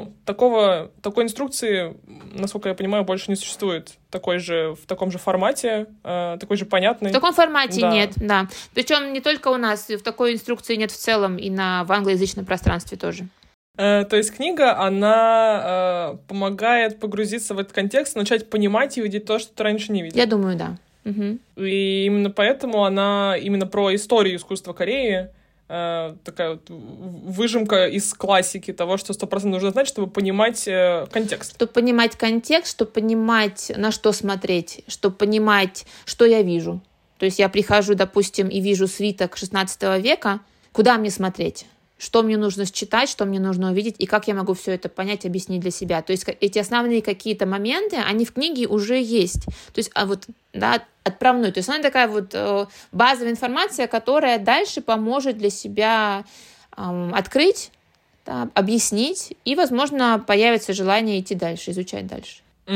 такой инструкции, насколько я понимаю, больше не существует. В таком же формате, такой же понятный. В таком формате нет, да. Причем не только у нас, в такой инструкции нет в целом, и в англоязычном пространстве тоже. То есть книга, она помогает погрузиться в этот контекст, начать понимать и видеть то, что ты раньше не видел. Я думаю, да. И именно поэтому она именно про историю искусства Кореи, такая вот выжимка из классики того, что 100% нужно знать, чтобы понимать контекст. Чтобы понимать контекст, чтобы понимать, на что смотреть, чтобы понимать, что я вижу. То есть я прихожу, допустим, и вижу свиток 16 века, куда мне смотреть? Что мне нужно считать, что мне нужно увидеть, и как я могу все это понять, объяснить для себя. То есть эти основные какие-то моменты, они в книге уже есть. То есть отправной. То есть она такая базовая информация, которая дальше поможет для себя открыть, да, объяснить, и, возможно, появится желание идти дальше, изучать дальше.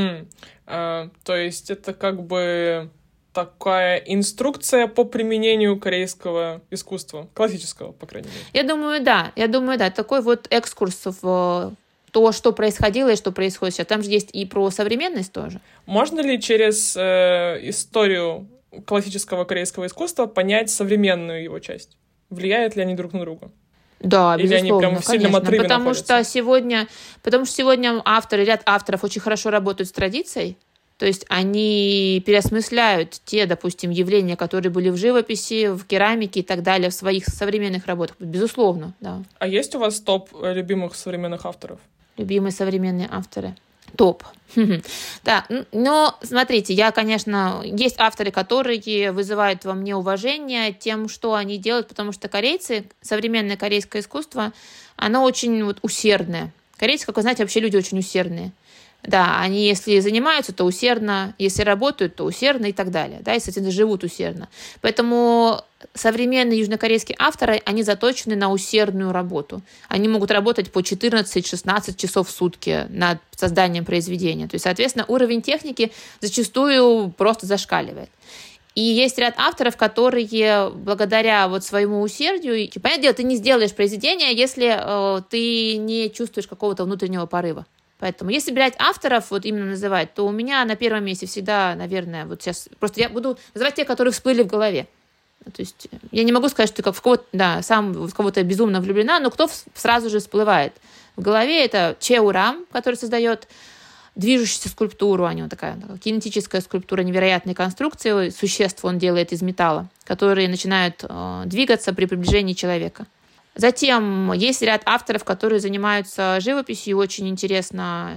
То есть это как бы такая инструкция по применению корейского искусства, классического, по крайней мере. Я думаю, да. Такой экскурс в то, что происходило и что происходит сейчас. Там же есть и про современность тоже. Можно ли через историю классического корейского искусства понять современную его часть? Влияют ли они друг на друга? Да, или безусловно, они прям в сильном отрыве потому находятся? Потому что сегодня ряд авторов очень хорошо работают с традицией. То есть они переосмысляют те, допустим, явления, которые были в живописи, в керамике и так далее, в своих современных работах. Безусловно, да. А есть у вас топ любимых современных авторов? Любимые современные авторы? Топ. Да, но смотрите, есть авторы, которые вызывают во мне уважение тем, что они делают, потому что корейцы, современное корейское искусство, оно очень усердное. Корейцы, как вы знаете, вообще люди очень усердные. Да, они, если занимаются, то усердно, если работают, то усердно и так далее, да, и, соответственно, живут усердно. Поэтому современные южнокорейские авторы, они заточены на усердную работу. Они могут работать по 14-16 часов в сутки над созданием произведения. То есть, соответственно, уровень техники зачастую просто зашкаливает. И есть ряд авторов, которые благодаря своему усердию, понятное дело, ты не сделаешь произведение, если ты не чувствуешь какого-то внутреннего порыва. Поэтому, если брать авторов, именно называть, то у меня на первом месте всегда, наверное, сейчас просто я буду называть те, которые всплыли в голове. То есть я не могу сказать, что ты в кого-то безумно влюблена, но кто сразу же всплывает в голове, это Че Урам, который создает движущуюся скульптуру, у него такая кинетическая скульптура невероятной конструкции, существ он делает из металла, которые начинают двигаться при приближении человека. Затем есть ряд авторов, которые занимаются живописью, и очень интересно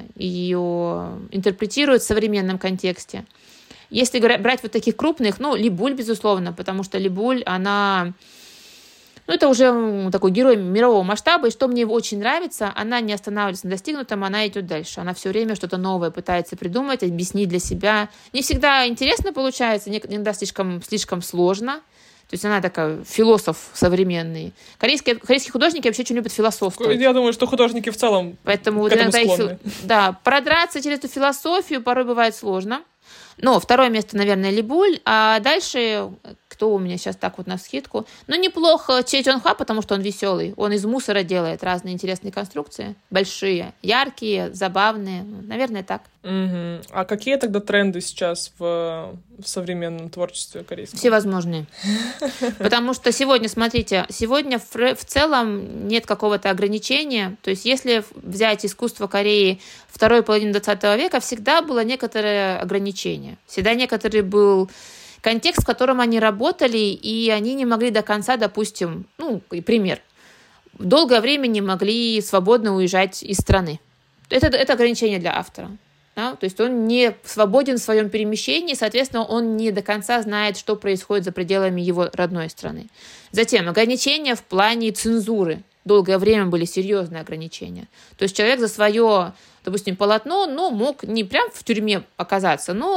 ее интерпретируют в современном контексте. Если брать вот таких крупных, Либуль, безусловно, потому что Либуль, она... это уже такой герой мирового масштаба, и что мне очень нравится, она не останавливается на достигнутом, она идет дальше. Она все время что-то новое пытается придумать, объяснить для себя. Не всегда интересно получается, иногда слишком сложно. То есть она такая философ современный. Корейские художники вообще очень любят философствовать. Я думаю, что художники в целом поэтому к этому склонны. Продраться через эту философию порой бывает сложно. Но второе место, наверное, Либуль. А дальше, кто у меня сейчас так вот навскидку? Неплохо Че Чон Ха, потому что он веселый. Он из мусора делает разные интересные конструкции. Большие, яркие, забавные. Наверное, так. Угу. А какие тогда тренды сейчас в современном творчестве корейском? Всевозможные. Потому что сегодня, смотрите, в целом нет какого-то ограничения. То есть если взять искусство Кореи второй половины 20 века, всегда было некоторое ограничение. Всегда некоторый был контекст, в котором они работали, и они не могли до конца, допустим, пример, долгое время не могли свободно уезжать из страны. Это ограничение для автора. Да? То есть он не свободен в своем перемещении, соответственно, он не до конца знает, что происходит за пределами его родной страны. Затем ограничения в плане цензуры. Долгое время были серьезные ограничения. То есть человек за свое, допустим, полотно, мог не прям в тюрьме оказаться, но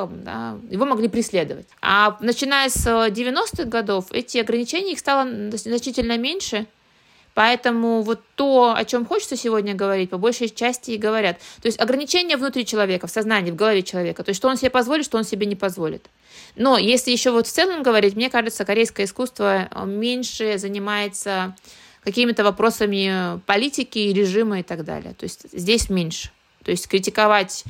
его могли преследовать. А начиная с 90-х годов эти ограничения, их стало значительно меньше. Поэтому вот то, о чем хочется сегодня говорить, по большей части и говорят. То есть ограничения внутри человека, в сознании, в голове человека. То есть что он себе позволит, что он себе не позволит. Но если еще в целом говорить, мне кажется, корейское искусство меньше занимается какими-то вопросами политики, режима и так далее. То есть здесь меньше. То есть критиковать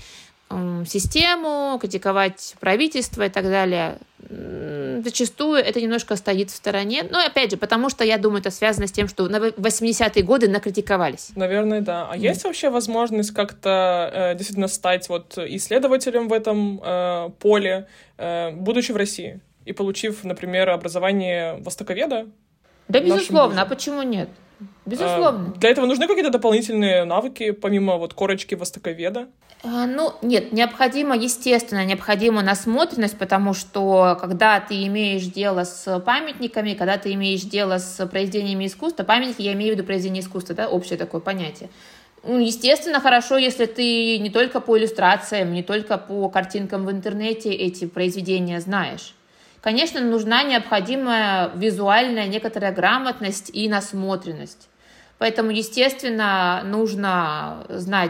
систему, критиковать правительство и так далее, зачастую это немножко стоит в стороне. Но опять же, потому что, я думаю, это связано с тем, что на 80-е годы накритиковались. Наверное, да. А есть вообще возможность как-то действительно стать исследователем в этом поле, будучи в России и получив, например, образование востоковеда? Да, безусловно. А почему нет? Безусловно. Для этого нужны какие-то дополнительные навыки, помимо корочки востоковеда? Нет, необходима насмотренность, потому что когда ты имеешь дело с памятниками, когда ты имеешь дело с произведениями искусства, памятники, я имею в виду произведения искусства, да, общее такое понятие. Естественно, хорошо, если ты не только по иллюстрациям, не только по картинкам в интернете эти произведения знаешь. Конечно, нужна необходимая визуальная некоторая грамотность и насмотренность. Поэтому, естественно, нужно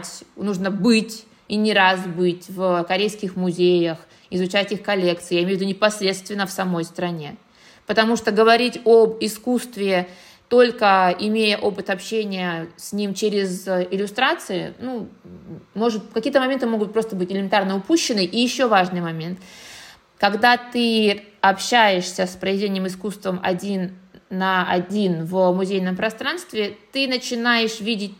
быть и не раз быть в корейских музеях, изучать их коллекции, я имею в виду непосредственно в самой стране. Потому что говорить об искусстве, только имея опыт общения с ним через иллюстрации, какие-то моменты могут просто быть элементарно упущены. И еще важный момент. Когда ты общаешься с произведением искусства один на один в музейном пространстве, ты начинаешь видеть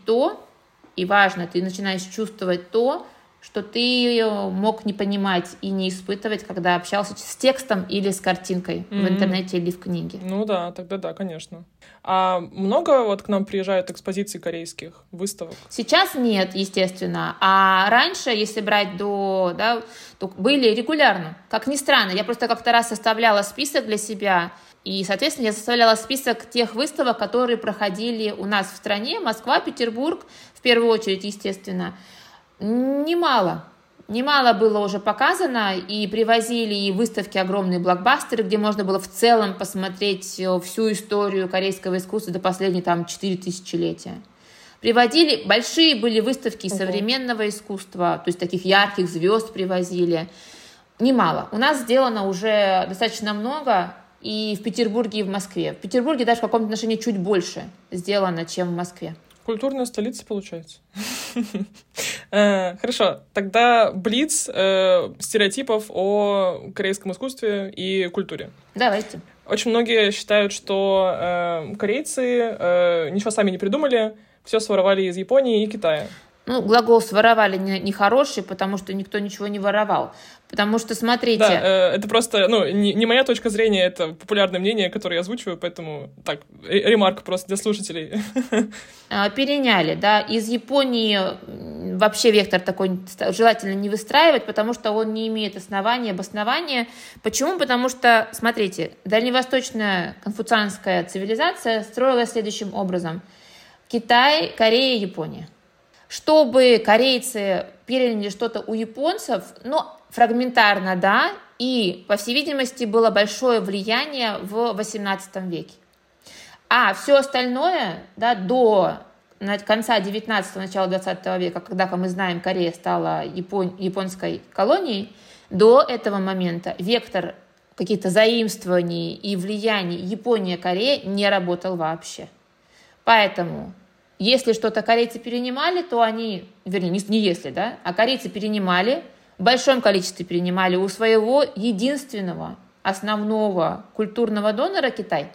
ты начинаешь чувствовать то, что ты мог не понимать и не испытывать, когда общался с текстом или с картинкой в интернете или в книге. Да, тогда да, конечно. А много к нам приезжают экспозиций корейских, выставок? Сейчас нет, естественно. А раньше, если брать то были регулярно. Как ни странно, я просто как-то раз составляла список для себя, и, соответственно, я составляла список тех выставок, которые проходили у нас в стране, Москва, Петербург, в первую очередь, естественно. Немало было уже показано, и привозили и выставки огромные блокбастеры, где можно было в целом посмотреть всю историю корейского искусства до последней 4000-летия. Приводили, большие были выставки современного искусства, то есть таких ярких звезд привозили. Немало. У нас сделано уже достаточно много, и в Петербурге, и в Москве. В Петербурге даже в каком-то отношении чуть больше сделано, чем в Москве. Культурная столица, получается. Хорошо, тогда блиц стереотипов о корейском искусстве и культуре. Давайте. Очень многие считают, что корейцы ничего сами не придумали, все своровали из Японии и Китая. Ну, глагол «своровали» нехороший, потому что никто ничего не воровал. Потому что, смотрите... Да, это просто, не моя точка зрения, это популярное мнение, которое я озвучиваю, поэтому, так, ремарка просто для слушателей. Переняли, да. Из Японии вообще вектор такой желательно не выстраивать, потому что он не имеет обоснования. Почему? Потому что, смотрите, дальневосточная конфуцианская цивилизация строилась следующим образом. Китай, Корея, Япония. Чтобы корейцы переняли что-то у японцев, фрагментарно, да, и, по всей видимости, было большое влияние в XVIII веке. А все остальное, да, до конца XIX, начала XX века, когда, как мы знаем, Корея стала японской колонией, до этого момента вектор каких-то заимствований и влияний Япония-Корея не работал вообще. Поэтому... Если что-то корейцы перенимали, то они, вернее, не если, да, а корейцы перенимали, в большом количестве перенимали у своего единственного, основного культурного донора Китай.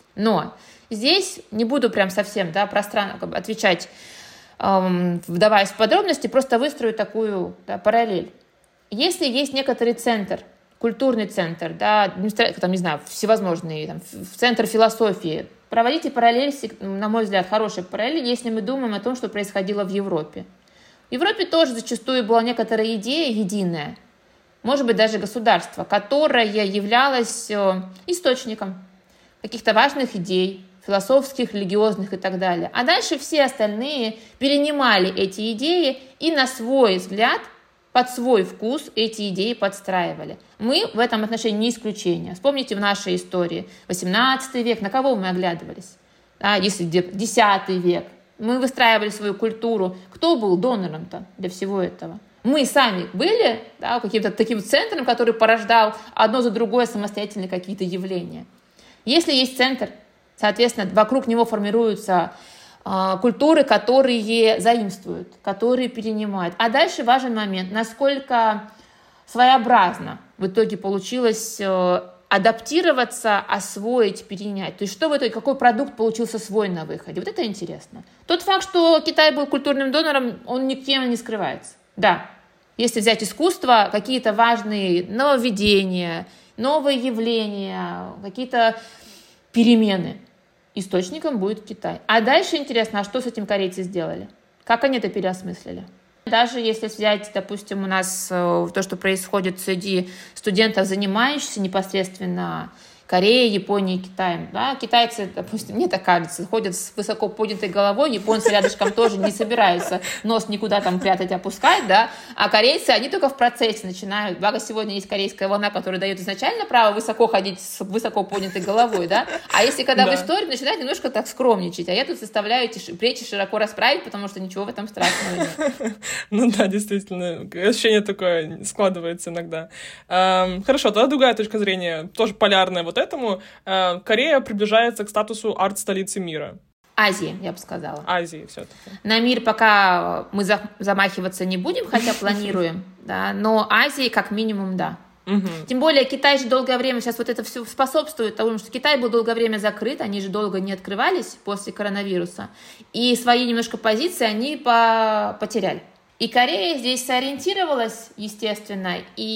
Но здесь не буду прям совсем, да, пространно отвечать, вдаваясь в подробности, просто выстрою такую, да, параллель. Если есть некоторый центр, культурный центр, да, там, не знаю, всевозможные, там, центр философии, проводите параллель, на мой взгляд, хорошая параллель, если мы думаем о том, что происходило в Европе. В Европе тоже зачастую была некоторая идея единая, может быть, даже государство, которое являлось источником каких-то важных идей, философских, религиозных и так далее. А дальше все остальные перенимали эти идеи и на свой взгляд, под свой вкус эти идеи подстраивали. Мы в этом отношении не исключение. Вспомните в нашей истории 18 век, на кого мы оглядывались? Если 10 век, мы выстраивали свою культуру. Кто был донором-то для всего этого? Мы сами были, да, каким-то таким центром, который порождал одно за другое самостоятельно какие-то явления. Если есть центр, соответственно, вокруг него формируются культуры, которые заимствуют, которые перенимают. А дальше важен момент, насколько своеобразно в итоге получилось адаптироваться, освоить, перенять. То есть что в итоге, какой продукт получился свой на выходе. Вот это интересно. Тот факт, что Китай был культурным донором, он никем не скрывается. Да, если взять искусство, какие-то важные нововведения, новые явления, какие-то перемены, источником будет Китай. А дальше интересно, а что с этим корейцы сделали? Как они это переосмыслили? Даже если взять, допустим, у нас то, что происходит среди студентов, занимающихся непосредственно Кореей, Японией, Китаем. Да? Китайцы, допустим, мне так кажется, ходят с высоко поднятой головой, японцы рядышком тоже не собираются нос никуда там прятать, опускать, да? А корейцы, они только в процессе начинают. Благо, сегодня есть корейская волна, которая дает изначально право высоко ходить с высоко поднятой головой, да? А если когда в истории начинают немножко так скромничать, а я тут заставляю эти плечи широко расправить, потому что ничего в этом страшного нет. Ну да, действительно, ощущение такое складывается иногда. Хорошо, тогда другая точка зрения, тоже полярная вот этому. Корея приближается к статусу арт-столицы мира. Азии, я бы сказала. Азии все-таки. На мир пока мы замахиваться не будем, хотя планируем, да, но Азии как минимум да. Угу. Тем более Китай же долгое время, сейчас вот это все способствует тому, что Китай был долгое время закрыт, они же долго не открывались после коронавируса, и свои немножко позиции они потеряли. И Корея здесь сориентировалась, естественно,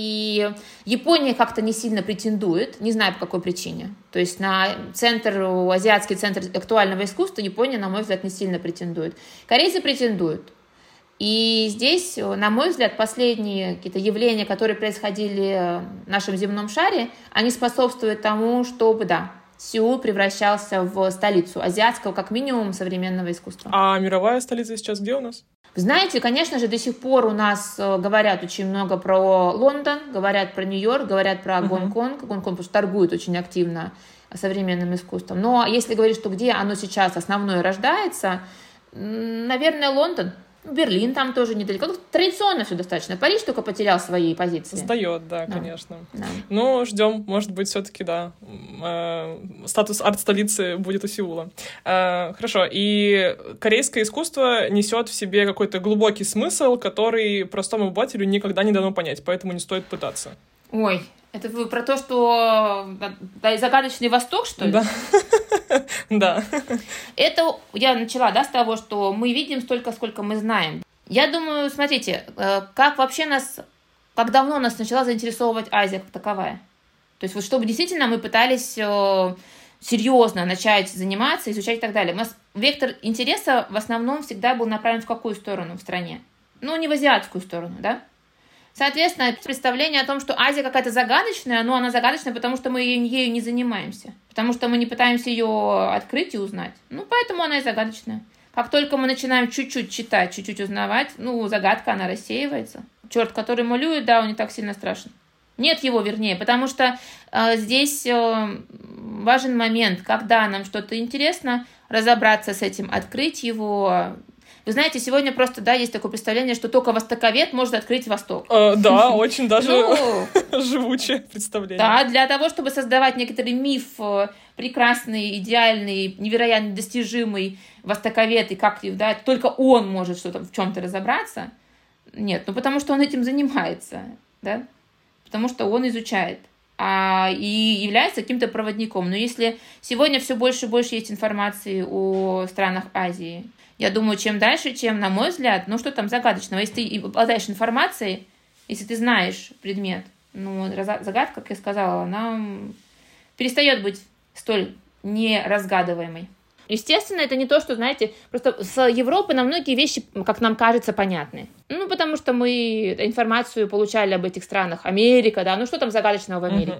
и Япония как-то не сильно претендует, не знаю по какой причине. То есть на азиатский центр актуального искусства Япония, на мой взгляд, не сильно претендует. Корейцы претендуют. И здесь, на мой взгляд, последние какие-то явления, которые происходили в нашем земном шаре, они способствуют тому, чтобы, да, Сеул превращался в столицу азиатского, как минимум, современного искусства. А мировая столица сейчас где у нас? Знаете, конечно же, до сих пор у нас говорят очень много про Лондон, говорят про Нью-Йорк, говорят про Гонконг. Гонконг просто торгует очень активно современным искусством. Но если говорить, что где оно сейчас основное рождается, наверное, Лондон. Берлин там тоже недалеко. Традиционно все достаточно. Париж только потерял свои позиции. Сдает, да, конечно. Да. Ну, ждем. Может быть, все-таки, да, статус арт-столицы будет у Сеула. Хорошо. И корейское искусство несет в себе какой-то глубокий смысл, который простому обывателю никогда не дано понять, поэтому не стоит пытаться. Ой, это вы про то, что загадочный Восток, что ли? Да. Да. Это я начала, да, с того, что мы видим столько, сколько мы знаем. Я думаю, смотрите, как давно нас начала заинтересовывать Азия как таковая. То есть вот чтобы действительно мы пытались серьезно начать заниматься, изучать и так далее. У нас вектор интереса в основном всегда был направлен в какую сторону в стране? Ну, не в азиатскую сторону, да? Соответственно, представление о том, что Азия какая-то загадочная, но она загадочная, потому что мы ею не занимаемся. Потому что мы не пытаемся ее открыть и узнать. Ну, поэтому она и загадочная. Как только мы начинаем чуть-чуть читать, чуть-чуть узнавать, загадка, она рассеивается. Черт, который малюет, да, он не так сильно страшен. Нет его, вернее, потому что здесь важен момент, когда нам что-то интересно, разобраться с этим, открыть его. Вы знаете, сегодня просто, да, есть такое представление, что только востоковед может открыть Восток. Да, очень даже живучее представление. Да, для того, чтобы создавать некоторый миф прекрасный, идеальный, невероятно достижимый востоковед, и как, да, только он может что-то в чем-то разобраться. Нет, потому что он этим занимается, да, потому что он изучает и является каким-то проводником. Но если сегодня все больше и больше есть информации о странах Азии, я думаю, чем дальше, чем, на мой взгляд, что там загадочного? Если ты обладаешь информацией, если ты знаешь предмет, загадка, как я сказала, она перестает быть столь неразгадываемой. Естественно, это не то, что, знаете, просто с Европы на многие вещи, как нам кажется, понятны. Потому что мы информацию получали об этих странах. Америка, да, что там загадочного в Америке?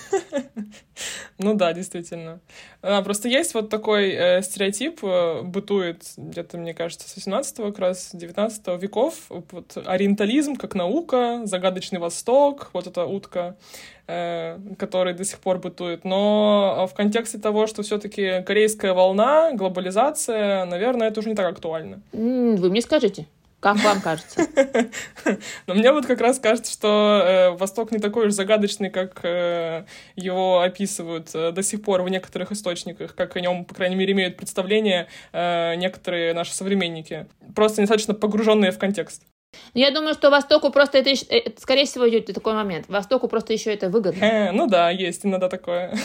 Да, действительно. Просто есть вот такой стереотип, бытует где-то, мне кажется, с 18-го, как раз 19 веков. Вот ориентализм как наука, загадочный Восток, вот эта утка, который до сих пор бытует. Но в контексте того, что все-таки корейская волна, глобализация, наверное, это уже не так актуально. Вы мне скажите. Как вам кажется? Но мне вот как раз кажется, что Восток не такой уж загадочный, как его описывают до сих пор в некоторых источниках, как о нем, по крайней мере, имеют представление некоторые наши современники, просто недостаточно погруженные в контекст. Я думаю, что Востоку просто это, скорее всего, идет такой момент. Востоку просто еще это выгодно. Да, есть иногда такое.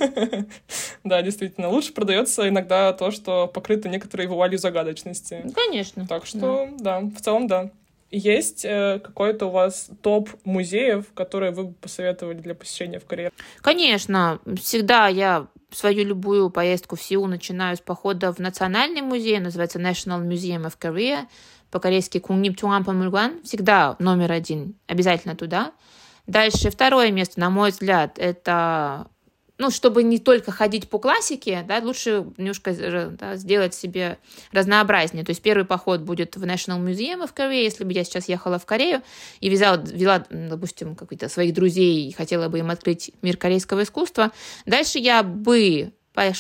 Да, действительно. Лучше продается иногда то, что покрыто некоторой вуалью загадочности. Конечно. Так что, да, в целом, да. Есть какой-то у вас топ музеев, которые вы бы посоветовали для посещения в Корее? Конечно. Всегда я свою любую поездку в Сеул начинаю с похода в национальный музей, называется National Museum of Korea, по-корейски Кунгнипчуанпанмульган, всегда номер 1, обязательно туда. Дальше второе место, на мой взгляд, это, чтобы не только ходить по классике, да, лучше немножко сделать себе разнообразнее. То есть первый поход будет в National Museum of Korea, если бы я сейчас ехала в Корею и вела, допустим, каких-то своих друзей и хотела бы им открыть мир корейского искусства. Дальше я бы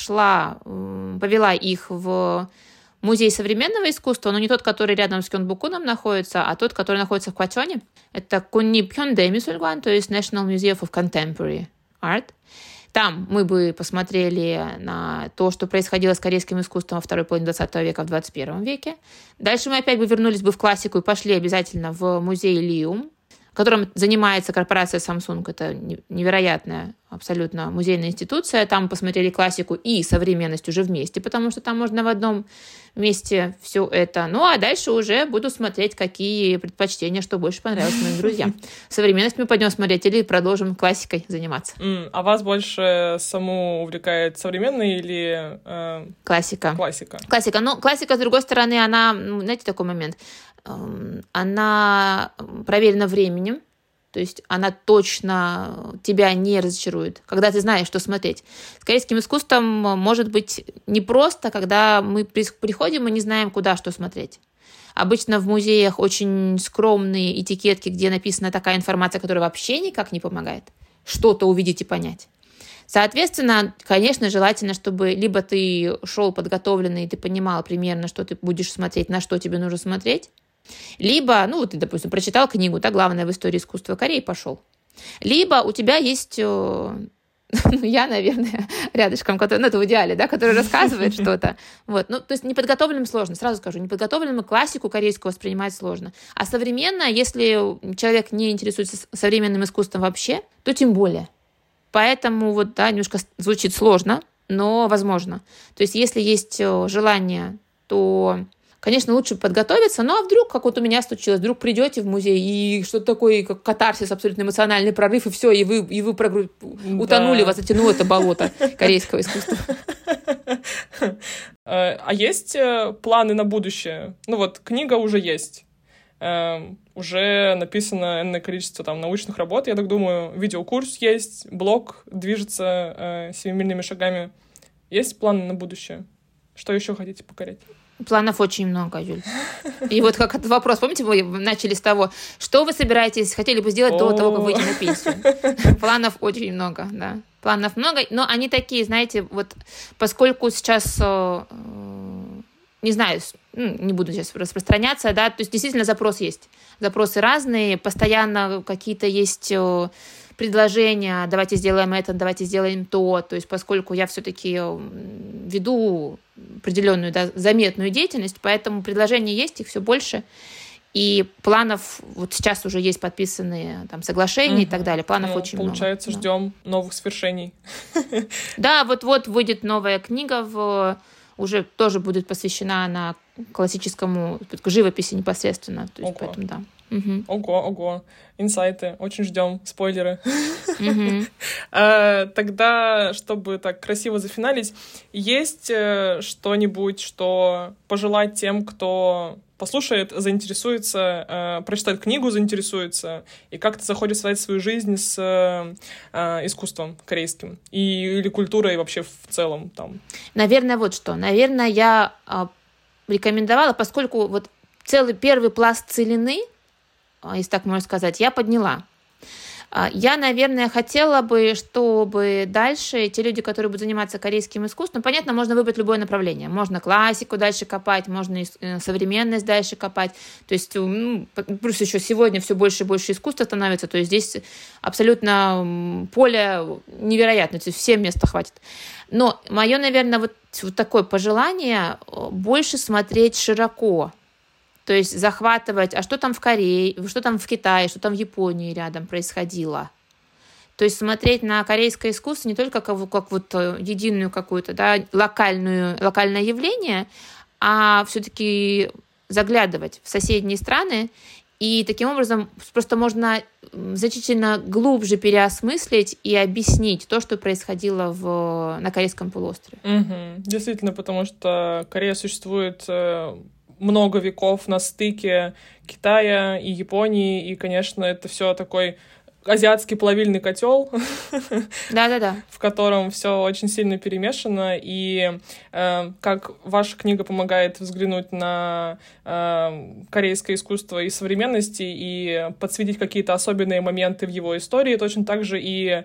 повела их в Музей современного искусства, но не тот, который рядом с Кёнбукуном находится, а тот, который находится в Квачоне. Это Куннипхёндэмисульгван, то есть National Museum of Contemporary Art. Там мы бы посмотрели на то, что происходило с корейским искусством во второй половине 20 века, в 21 веке. Дальше мы опять бы вернулись бы в классику и пошли обязательно в музей Лиум, которым занимается корпорация Samsung. Это невероятная абсолютно музейная институция. Там посмотрели классику и современность уже вместе, потому что там можно в одном месте все это. А дальше уже буду смотреть, какие предпочтения, что больше понравилось моим друзьям. Современность мы пойдем смотреть или продолжим классикой заниматься. А вас больше саму увлекает современный или классика? Классика. Классика, с другой стороны, она, знаете, такой момент, она проверена временем, то есть она точно тебя не разочарует, когда ты знаешь, что смотреть. С корейским искусством может быть непросто, когда мы приходим и не знаем, куда что смотреть. Обычно в музеях очень скромные этикетки, где написана такая информация, которая вообще никак не помогает что-то увидеть и понять. Соответственно, конечно, желательно, чтобы либо ты шел подготовленный, и ты понимал примерно, что ты будешь смотреть, на что тебе нужно смотреть, либо, ты, допустим, прочитал книгу, да, главное в истории искусства Кореи, пошел. Либо у тебя есть, я, наверное, рядышком, это в идеале, да, который рассказывает что-то. То есть неподготовленным сложно, сразу скажу, неподготовленным классику корейскую воспринимать сложно. А современно, если человек не интересуется современным искусством вообще, то тем более. Поэтому немножко звучит сложно, но возможно. То есть если есть желание, то Конечно, лучше подготовиться, но а вдруг, как вот у меня случилось, вдруг придете в музей, и что-то такое, как катарсис, абсолютно эмоциональный прорыв, и все, и вы утонули, вас затянуло это болото корейского искусства. А есть планы на будущее? Ну вот, книга уже есть. Уже написано энное количество там научных работ, я так думаю, видеокурс есть, блог движется семимильными шагами. Есть планы на будущее? Что еще хотите покорять? Планов очень много, Юль. И вот как этот вопрос, помните, мы начали с того, что вы собираетесь, хотели бы сделать до того, как выйти на пенсию? Планов очень много, да. Планов много, но они такие, знаете, вот поскольку сейчас, не знаю, не буду сейчас распространяться, да, то есть действительно запрос есть. Запросы разные, постоянно какие-то есть предложения, давайте сделаем это, давайте сделаем то. То есть поскольку я все-таки веду определенную, да, заметную деятельность, поэтому предложений есть, их все больше. И планов, вот сейчас уже есть подписанные там соглашения и так далее, планов очень получается, много. ждем новых свершений. Да, вот-вот выйдет новая книга, уже тоже будет посвящена она классическому живописи непосредственно. То есть, поэтому, да. Ого. Инсайты. Очень ждем. Спойлеры. Тогда, чтобы так красиво зафиналить, есть что-нибудь, что пожелать тем, кто послушает, заинтересуется, прочитает книгу, заинтересуется и как-то захочет связать свою жизнь с искусством корейским или культурой вообще в целом там? Наверное, вот что. Наверное, я рекомендовала, поскольку вот целый первый пласт целины, если так можно сказать, я подняла. Я, наверное, хотела бы, чтобы дальше те люди, которые будут заниматься корейским искусством, понятно, можно выбрать любое направление. Можно классику дальше копать, можно современность дальше копать. То есть, плюс еще сегодня все больше и больше искусства становится, то есть здесь абсолютно поле невероятно, то есть всем места хватит. Но мое, наверное, вот такое пожелание больше смотреть широко. То есть захватывать, а что там в Корее, что там в Китае, что там в Японии рядом происходило. То есть смотреть на корейское искусство не только как вот единую какую-то, да, локальное явление, а все-таки заглядывать в соседние страны. И таким образом просто можно значительно глубже переосмыслить и объяснить то, что происходило на Корейском полуострове. Действительно, потому что Корея существует много веков на стыке Китая и Японии, и, конечно, это все такой азиатский плавильный котел, да-да-да, в котором все очень сильно перемешано, и как ваша книга помогает взглянуть на корейское искусство и современности и подсветить какие-то особенные моменты в его истории, точно так же и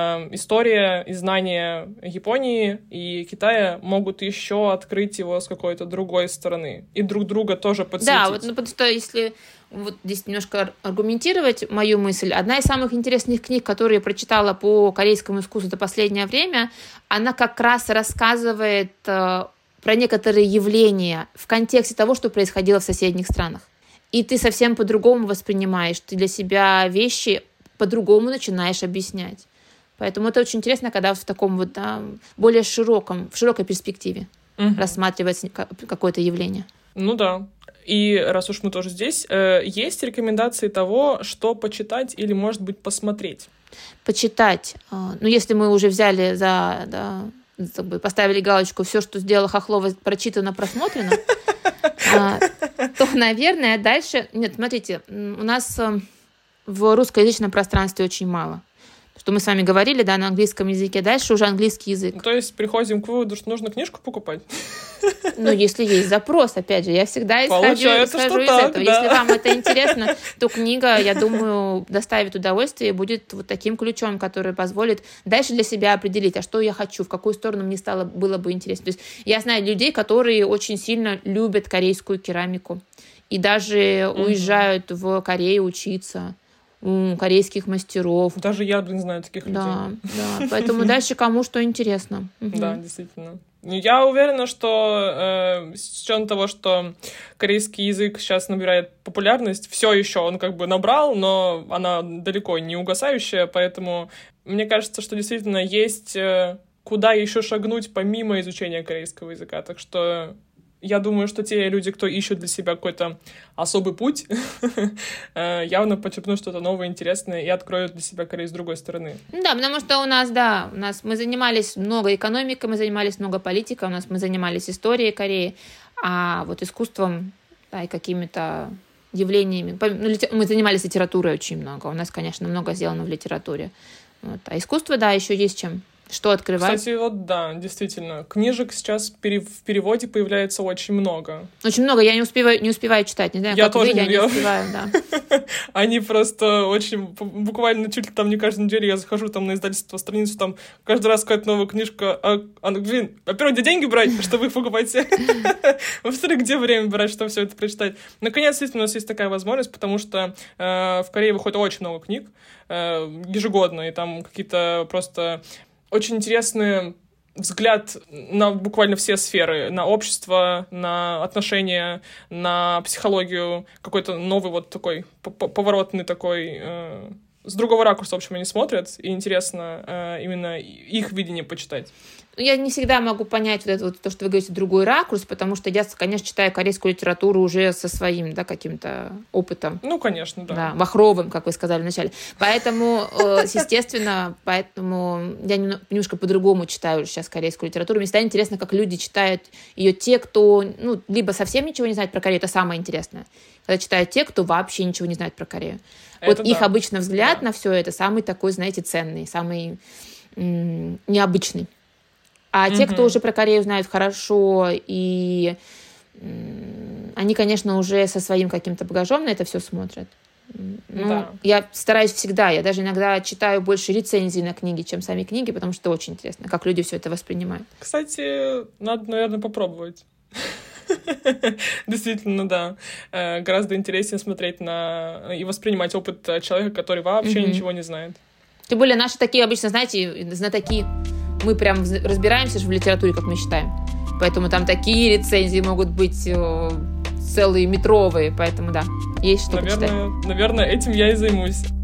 история и знания Японии и Китая могут еще открыть его с какой-то другой стороны и друг друга тоже подсветить. Да, вот, потому что если вот здесь немножко аргументировать мою мысль. Одна из самых интересных книг, которые я прочитала по корейскому искусству за последнее время, она как раз рассказывает про некоторые явления в контексте того, что происходило в соседних странах. И ты совсем по-другому воспринимаешь, ты для себя вещи по-другому начинаешь объяснять. Поэтому это очень интересно, когда в таком вот, да, более в широкой перспективе рассматривается какое-то явление. Ну да. И раз уж мы тоже здесь, есть рекомендации того, что почитать или, может быть, посмотреть? Почитать. Ну, если мы уже взяли поставили галочку «Все, что сделала Хохлова, прочитано, просмотрено», то, наверное, дальше... Нет, смотрите, у нас в русскоязычном пространстве очень мало. Что мы с вами говорили, да, на английском языке. Дальше уже английский язык. То есть приходим к выводу, что нужно книжку покупать? Ну, если есть запрос, опять же, я всегда исхожу из этого. Да. Если вам это интересно, то книга, я думаю, доставит удовольствие и будет вот таким ключом, который позволит дальше для себя определить, а что я хочу, в какую сторону мне было бы интересно. То есть я знаю людей, которые очень сильно любят корейскую керамику и даже уезжают в Корею учиться у корейских мастеров. Даже я, знаю таких людей. Да, поэтому дальше кому что интересно. Да, действительно. Я уверена, что с учетом того, что корейский язык сейчас набирает популярность, все еще он как бы набрал, но она далеко не угасающая, поэтому мне кажется, что действительно есть куда еще шагнуть помимо изучения корейского языка. Так что я думаю, что те люди, кто ищут для себя какой-то особый путь, явно почерпнут что-то новое, интересное и откроют для себя Корею с другой стороны. Да, потому что у нас мы занимались много экономикой, мы занимались много политикой, мы занимались историей Кореи, а вот искусством, да, и какими-то явлениями. Мы занимались литературой очень много. У нас, конечно, много сделано в литературе. Вот. А искусство, да, еще есть чем. Что открывать? Кстати, вот да, действительно. Книжек сейчас в переводе появляется очень много. Очень много. Я не успеваю читать. Не знаю, я как тоже вы, я не успеваю, да. Они просто очень... Буквально чуть ли там не каждую неделю я захожу там на издательство, страницу, там каждый раз какая-то новая книжка. Во-первых, где деньги брать, чтобы их покупать? Во-вторых, где время брать, чтобы все это прочитать? Наконец, действительно, у нас есть такая возможность, потому что в Корее выходит очень много книг ежегодно, и там какие-то просто... Очень интересный взгляд на буквально все сферы, на общество, на отношения, на психологию, какой-то новый вот такой поворотный такой... С другого ракурса, в общем, они смотрят, и интересно именно их видение почитать. Я не всегда могу понять вот это вот, то, что вы говорите, другой ракурс, потому что я, конечно, читаю корейскую литературу уже со своим, да, каким-то опытом. Ну, конечно, да. Да, махровым, как вы сказали вначале. Поэтому, естественно, я немножко по-другому читаю сейчас корейскую литературу. Мне всегда интересно, как люди читают ее те, кто, либо совсем ничего не знает про Корею, это самое интересное. Когда читают те, кто вообще ничего не знает про Корею. Это вот их обычно взгляд на все это самый такой, знаете, ценный, самый необычный. А те, кто уже про Корею знают хорошо, и они, конечно, уже со своим каким-то багажом на это все смотрят. Я стараюсь всегда, я даже иногда читаю больше рецензий на книги, чем сами книги, потому что очень интересно, как люди все это воспринимают. Кстати, надо, наверное, попробовать. Действительно, да. Гораздо интереснее смотреть и воспринимать опыт человека, который вообще ничего не знает. Тем более наши такие обычно, знаете, знатоки, мы прям разбираемся же в литературе, как мы считаем. Поэтому там такие рецензии могут быть целые метровые. Поэтому да, есть что почитать. Наверное, этим я и займусь.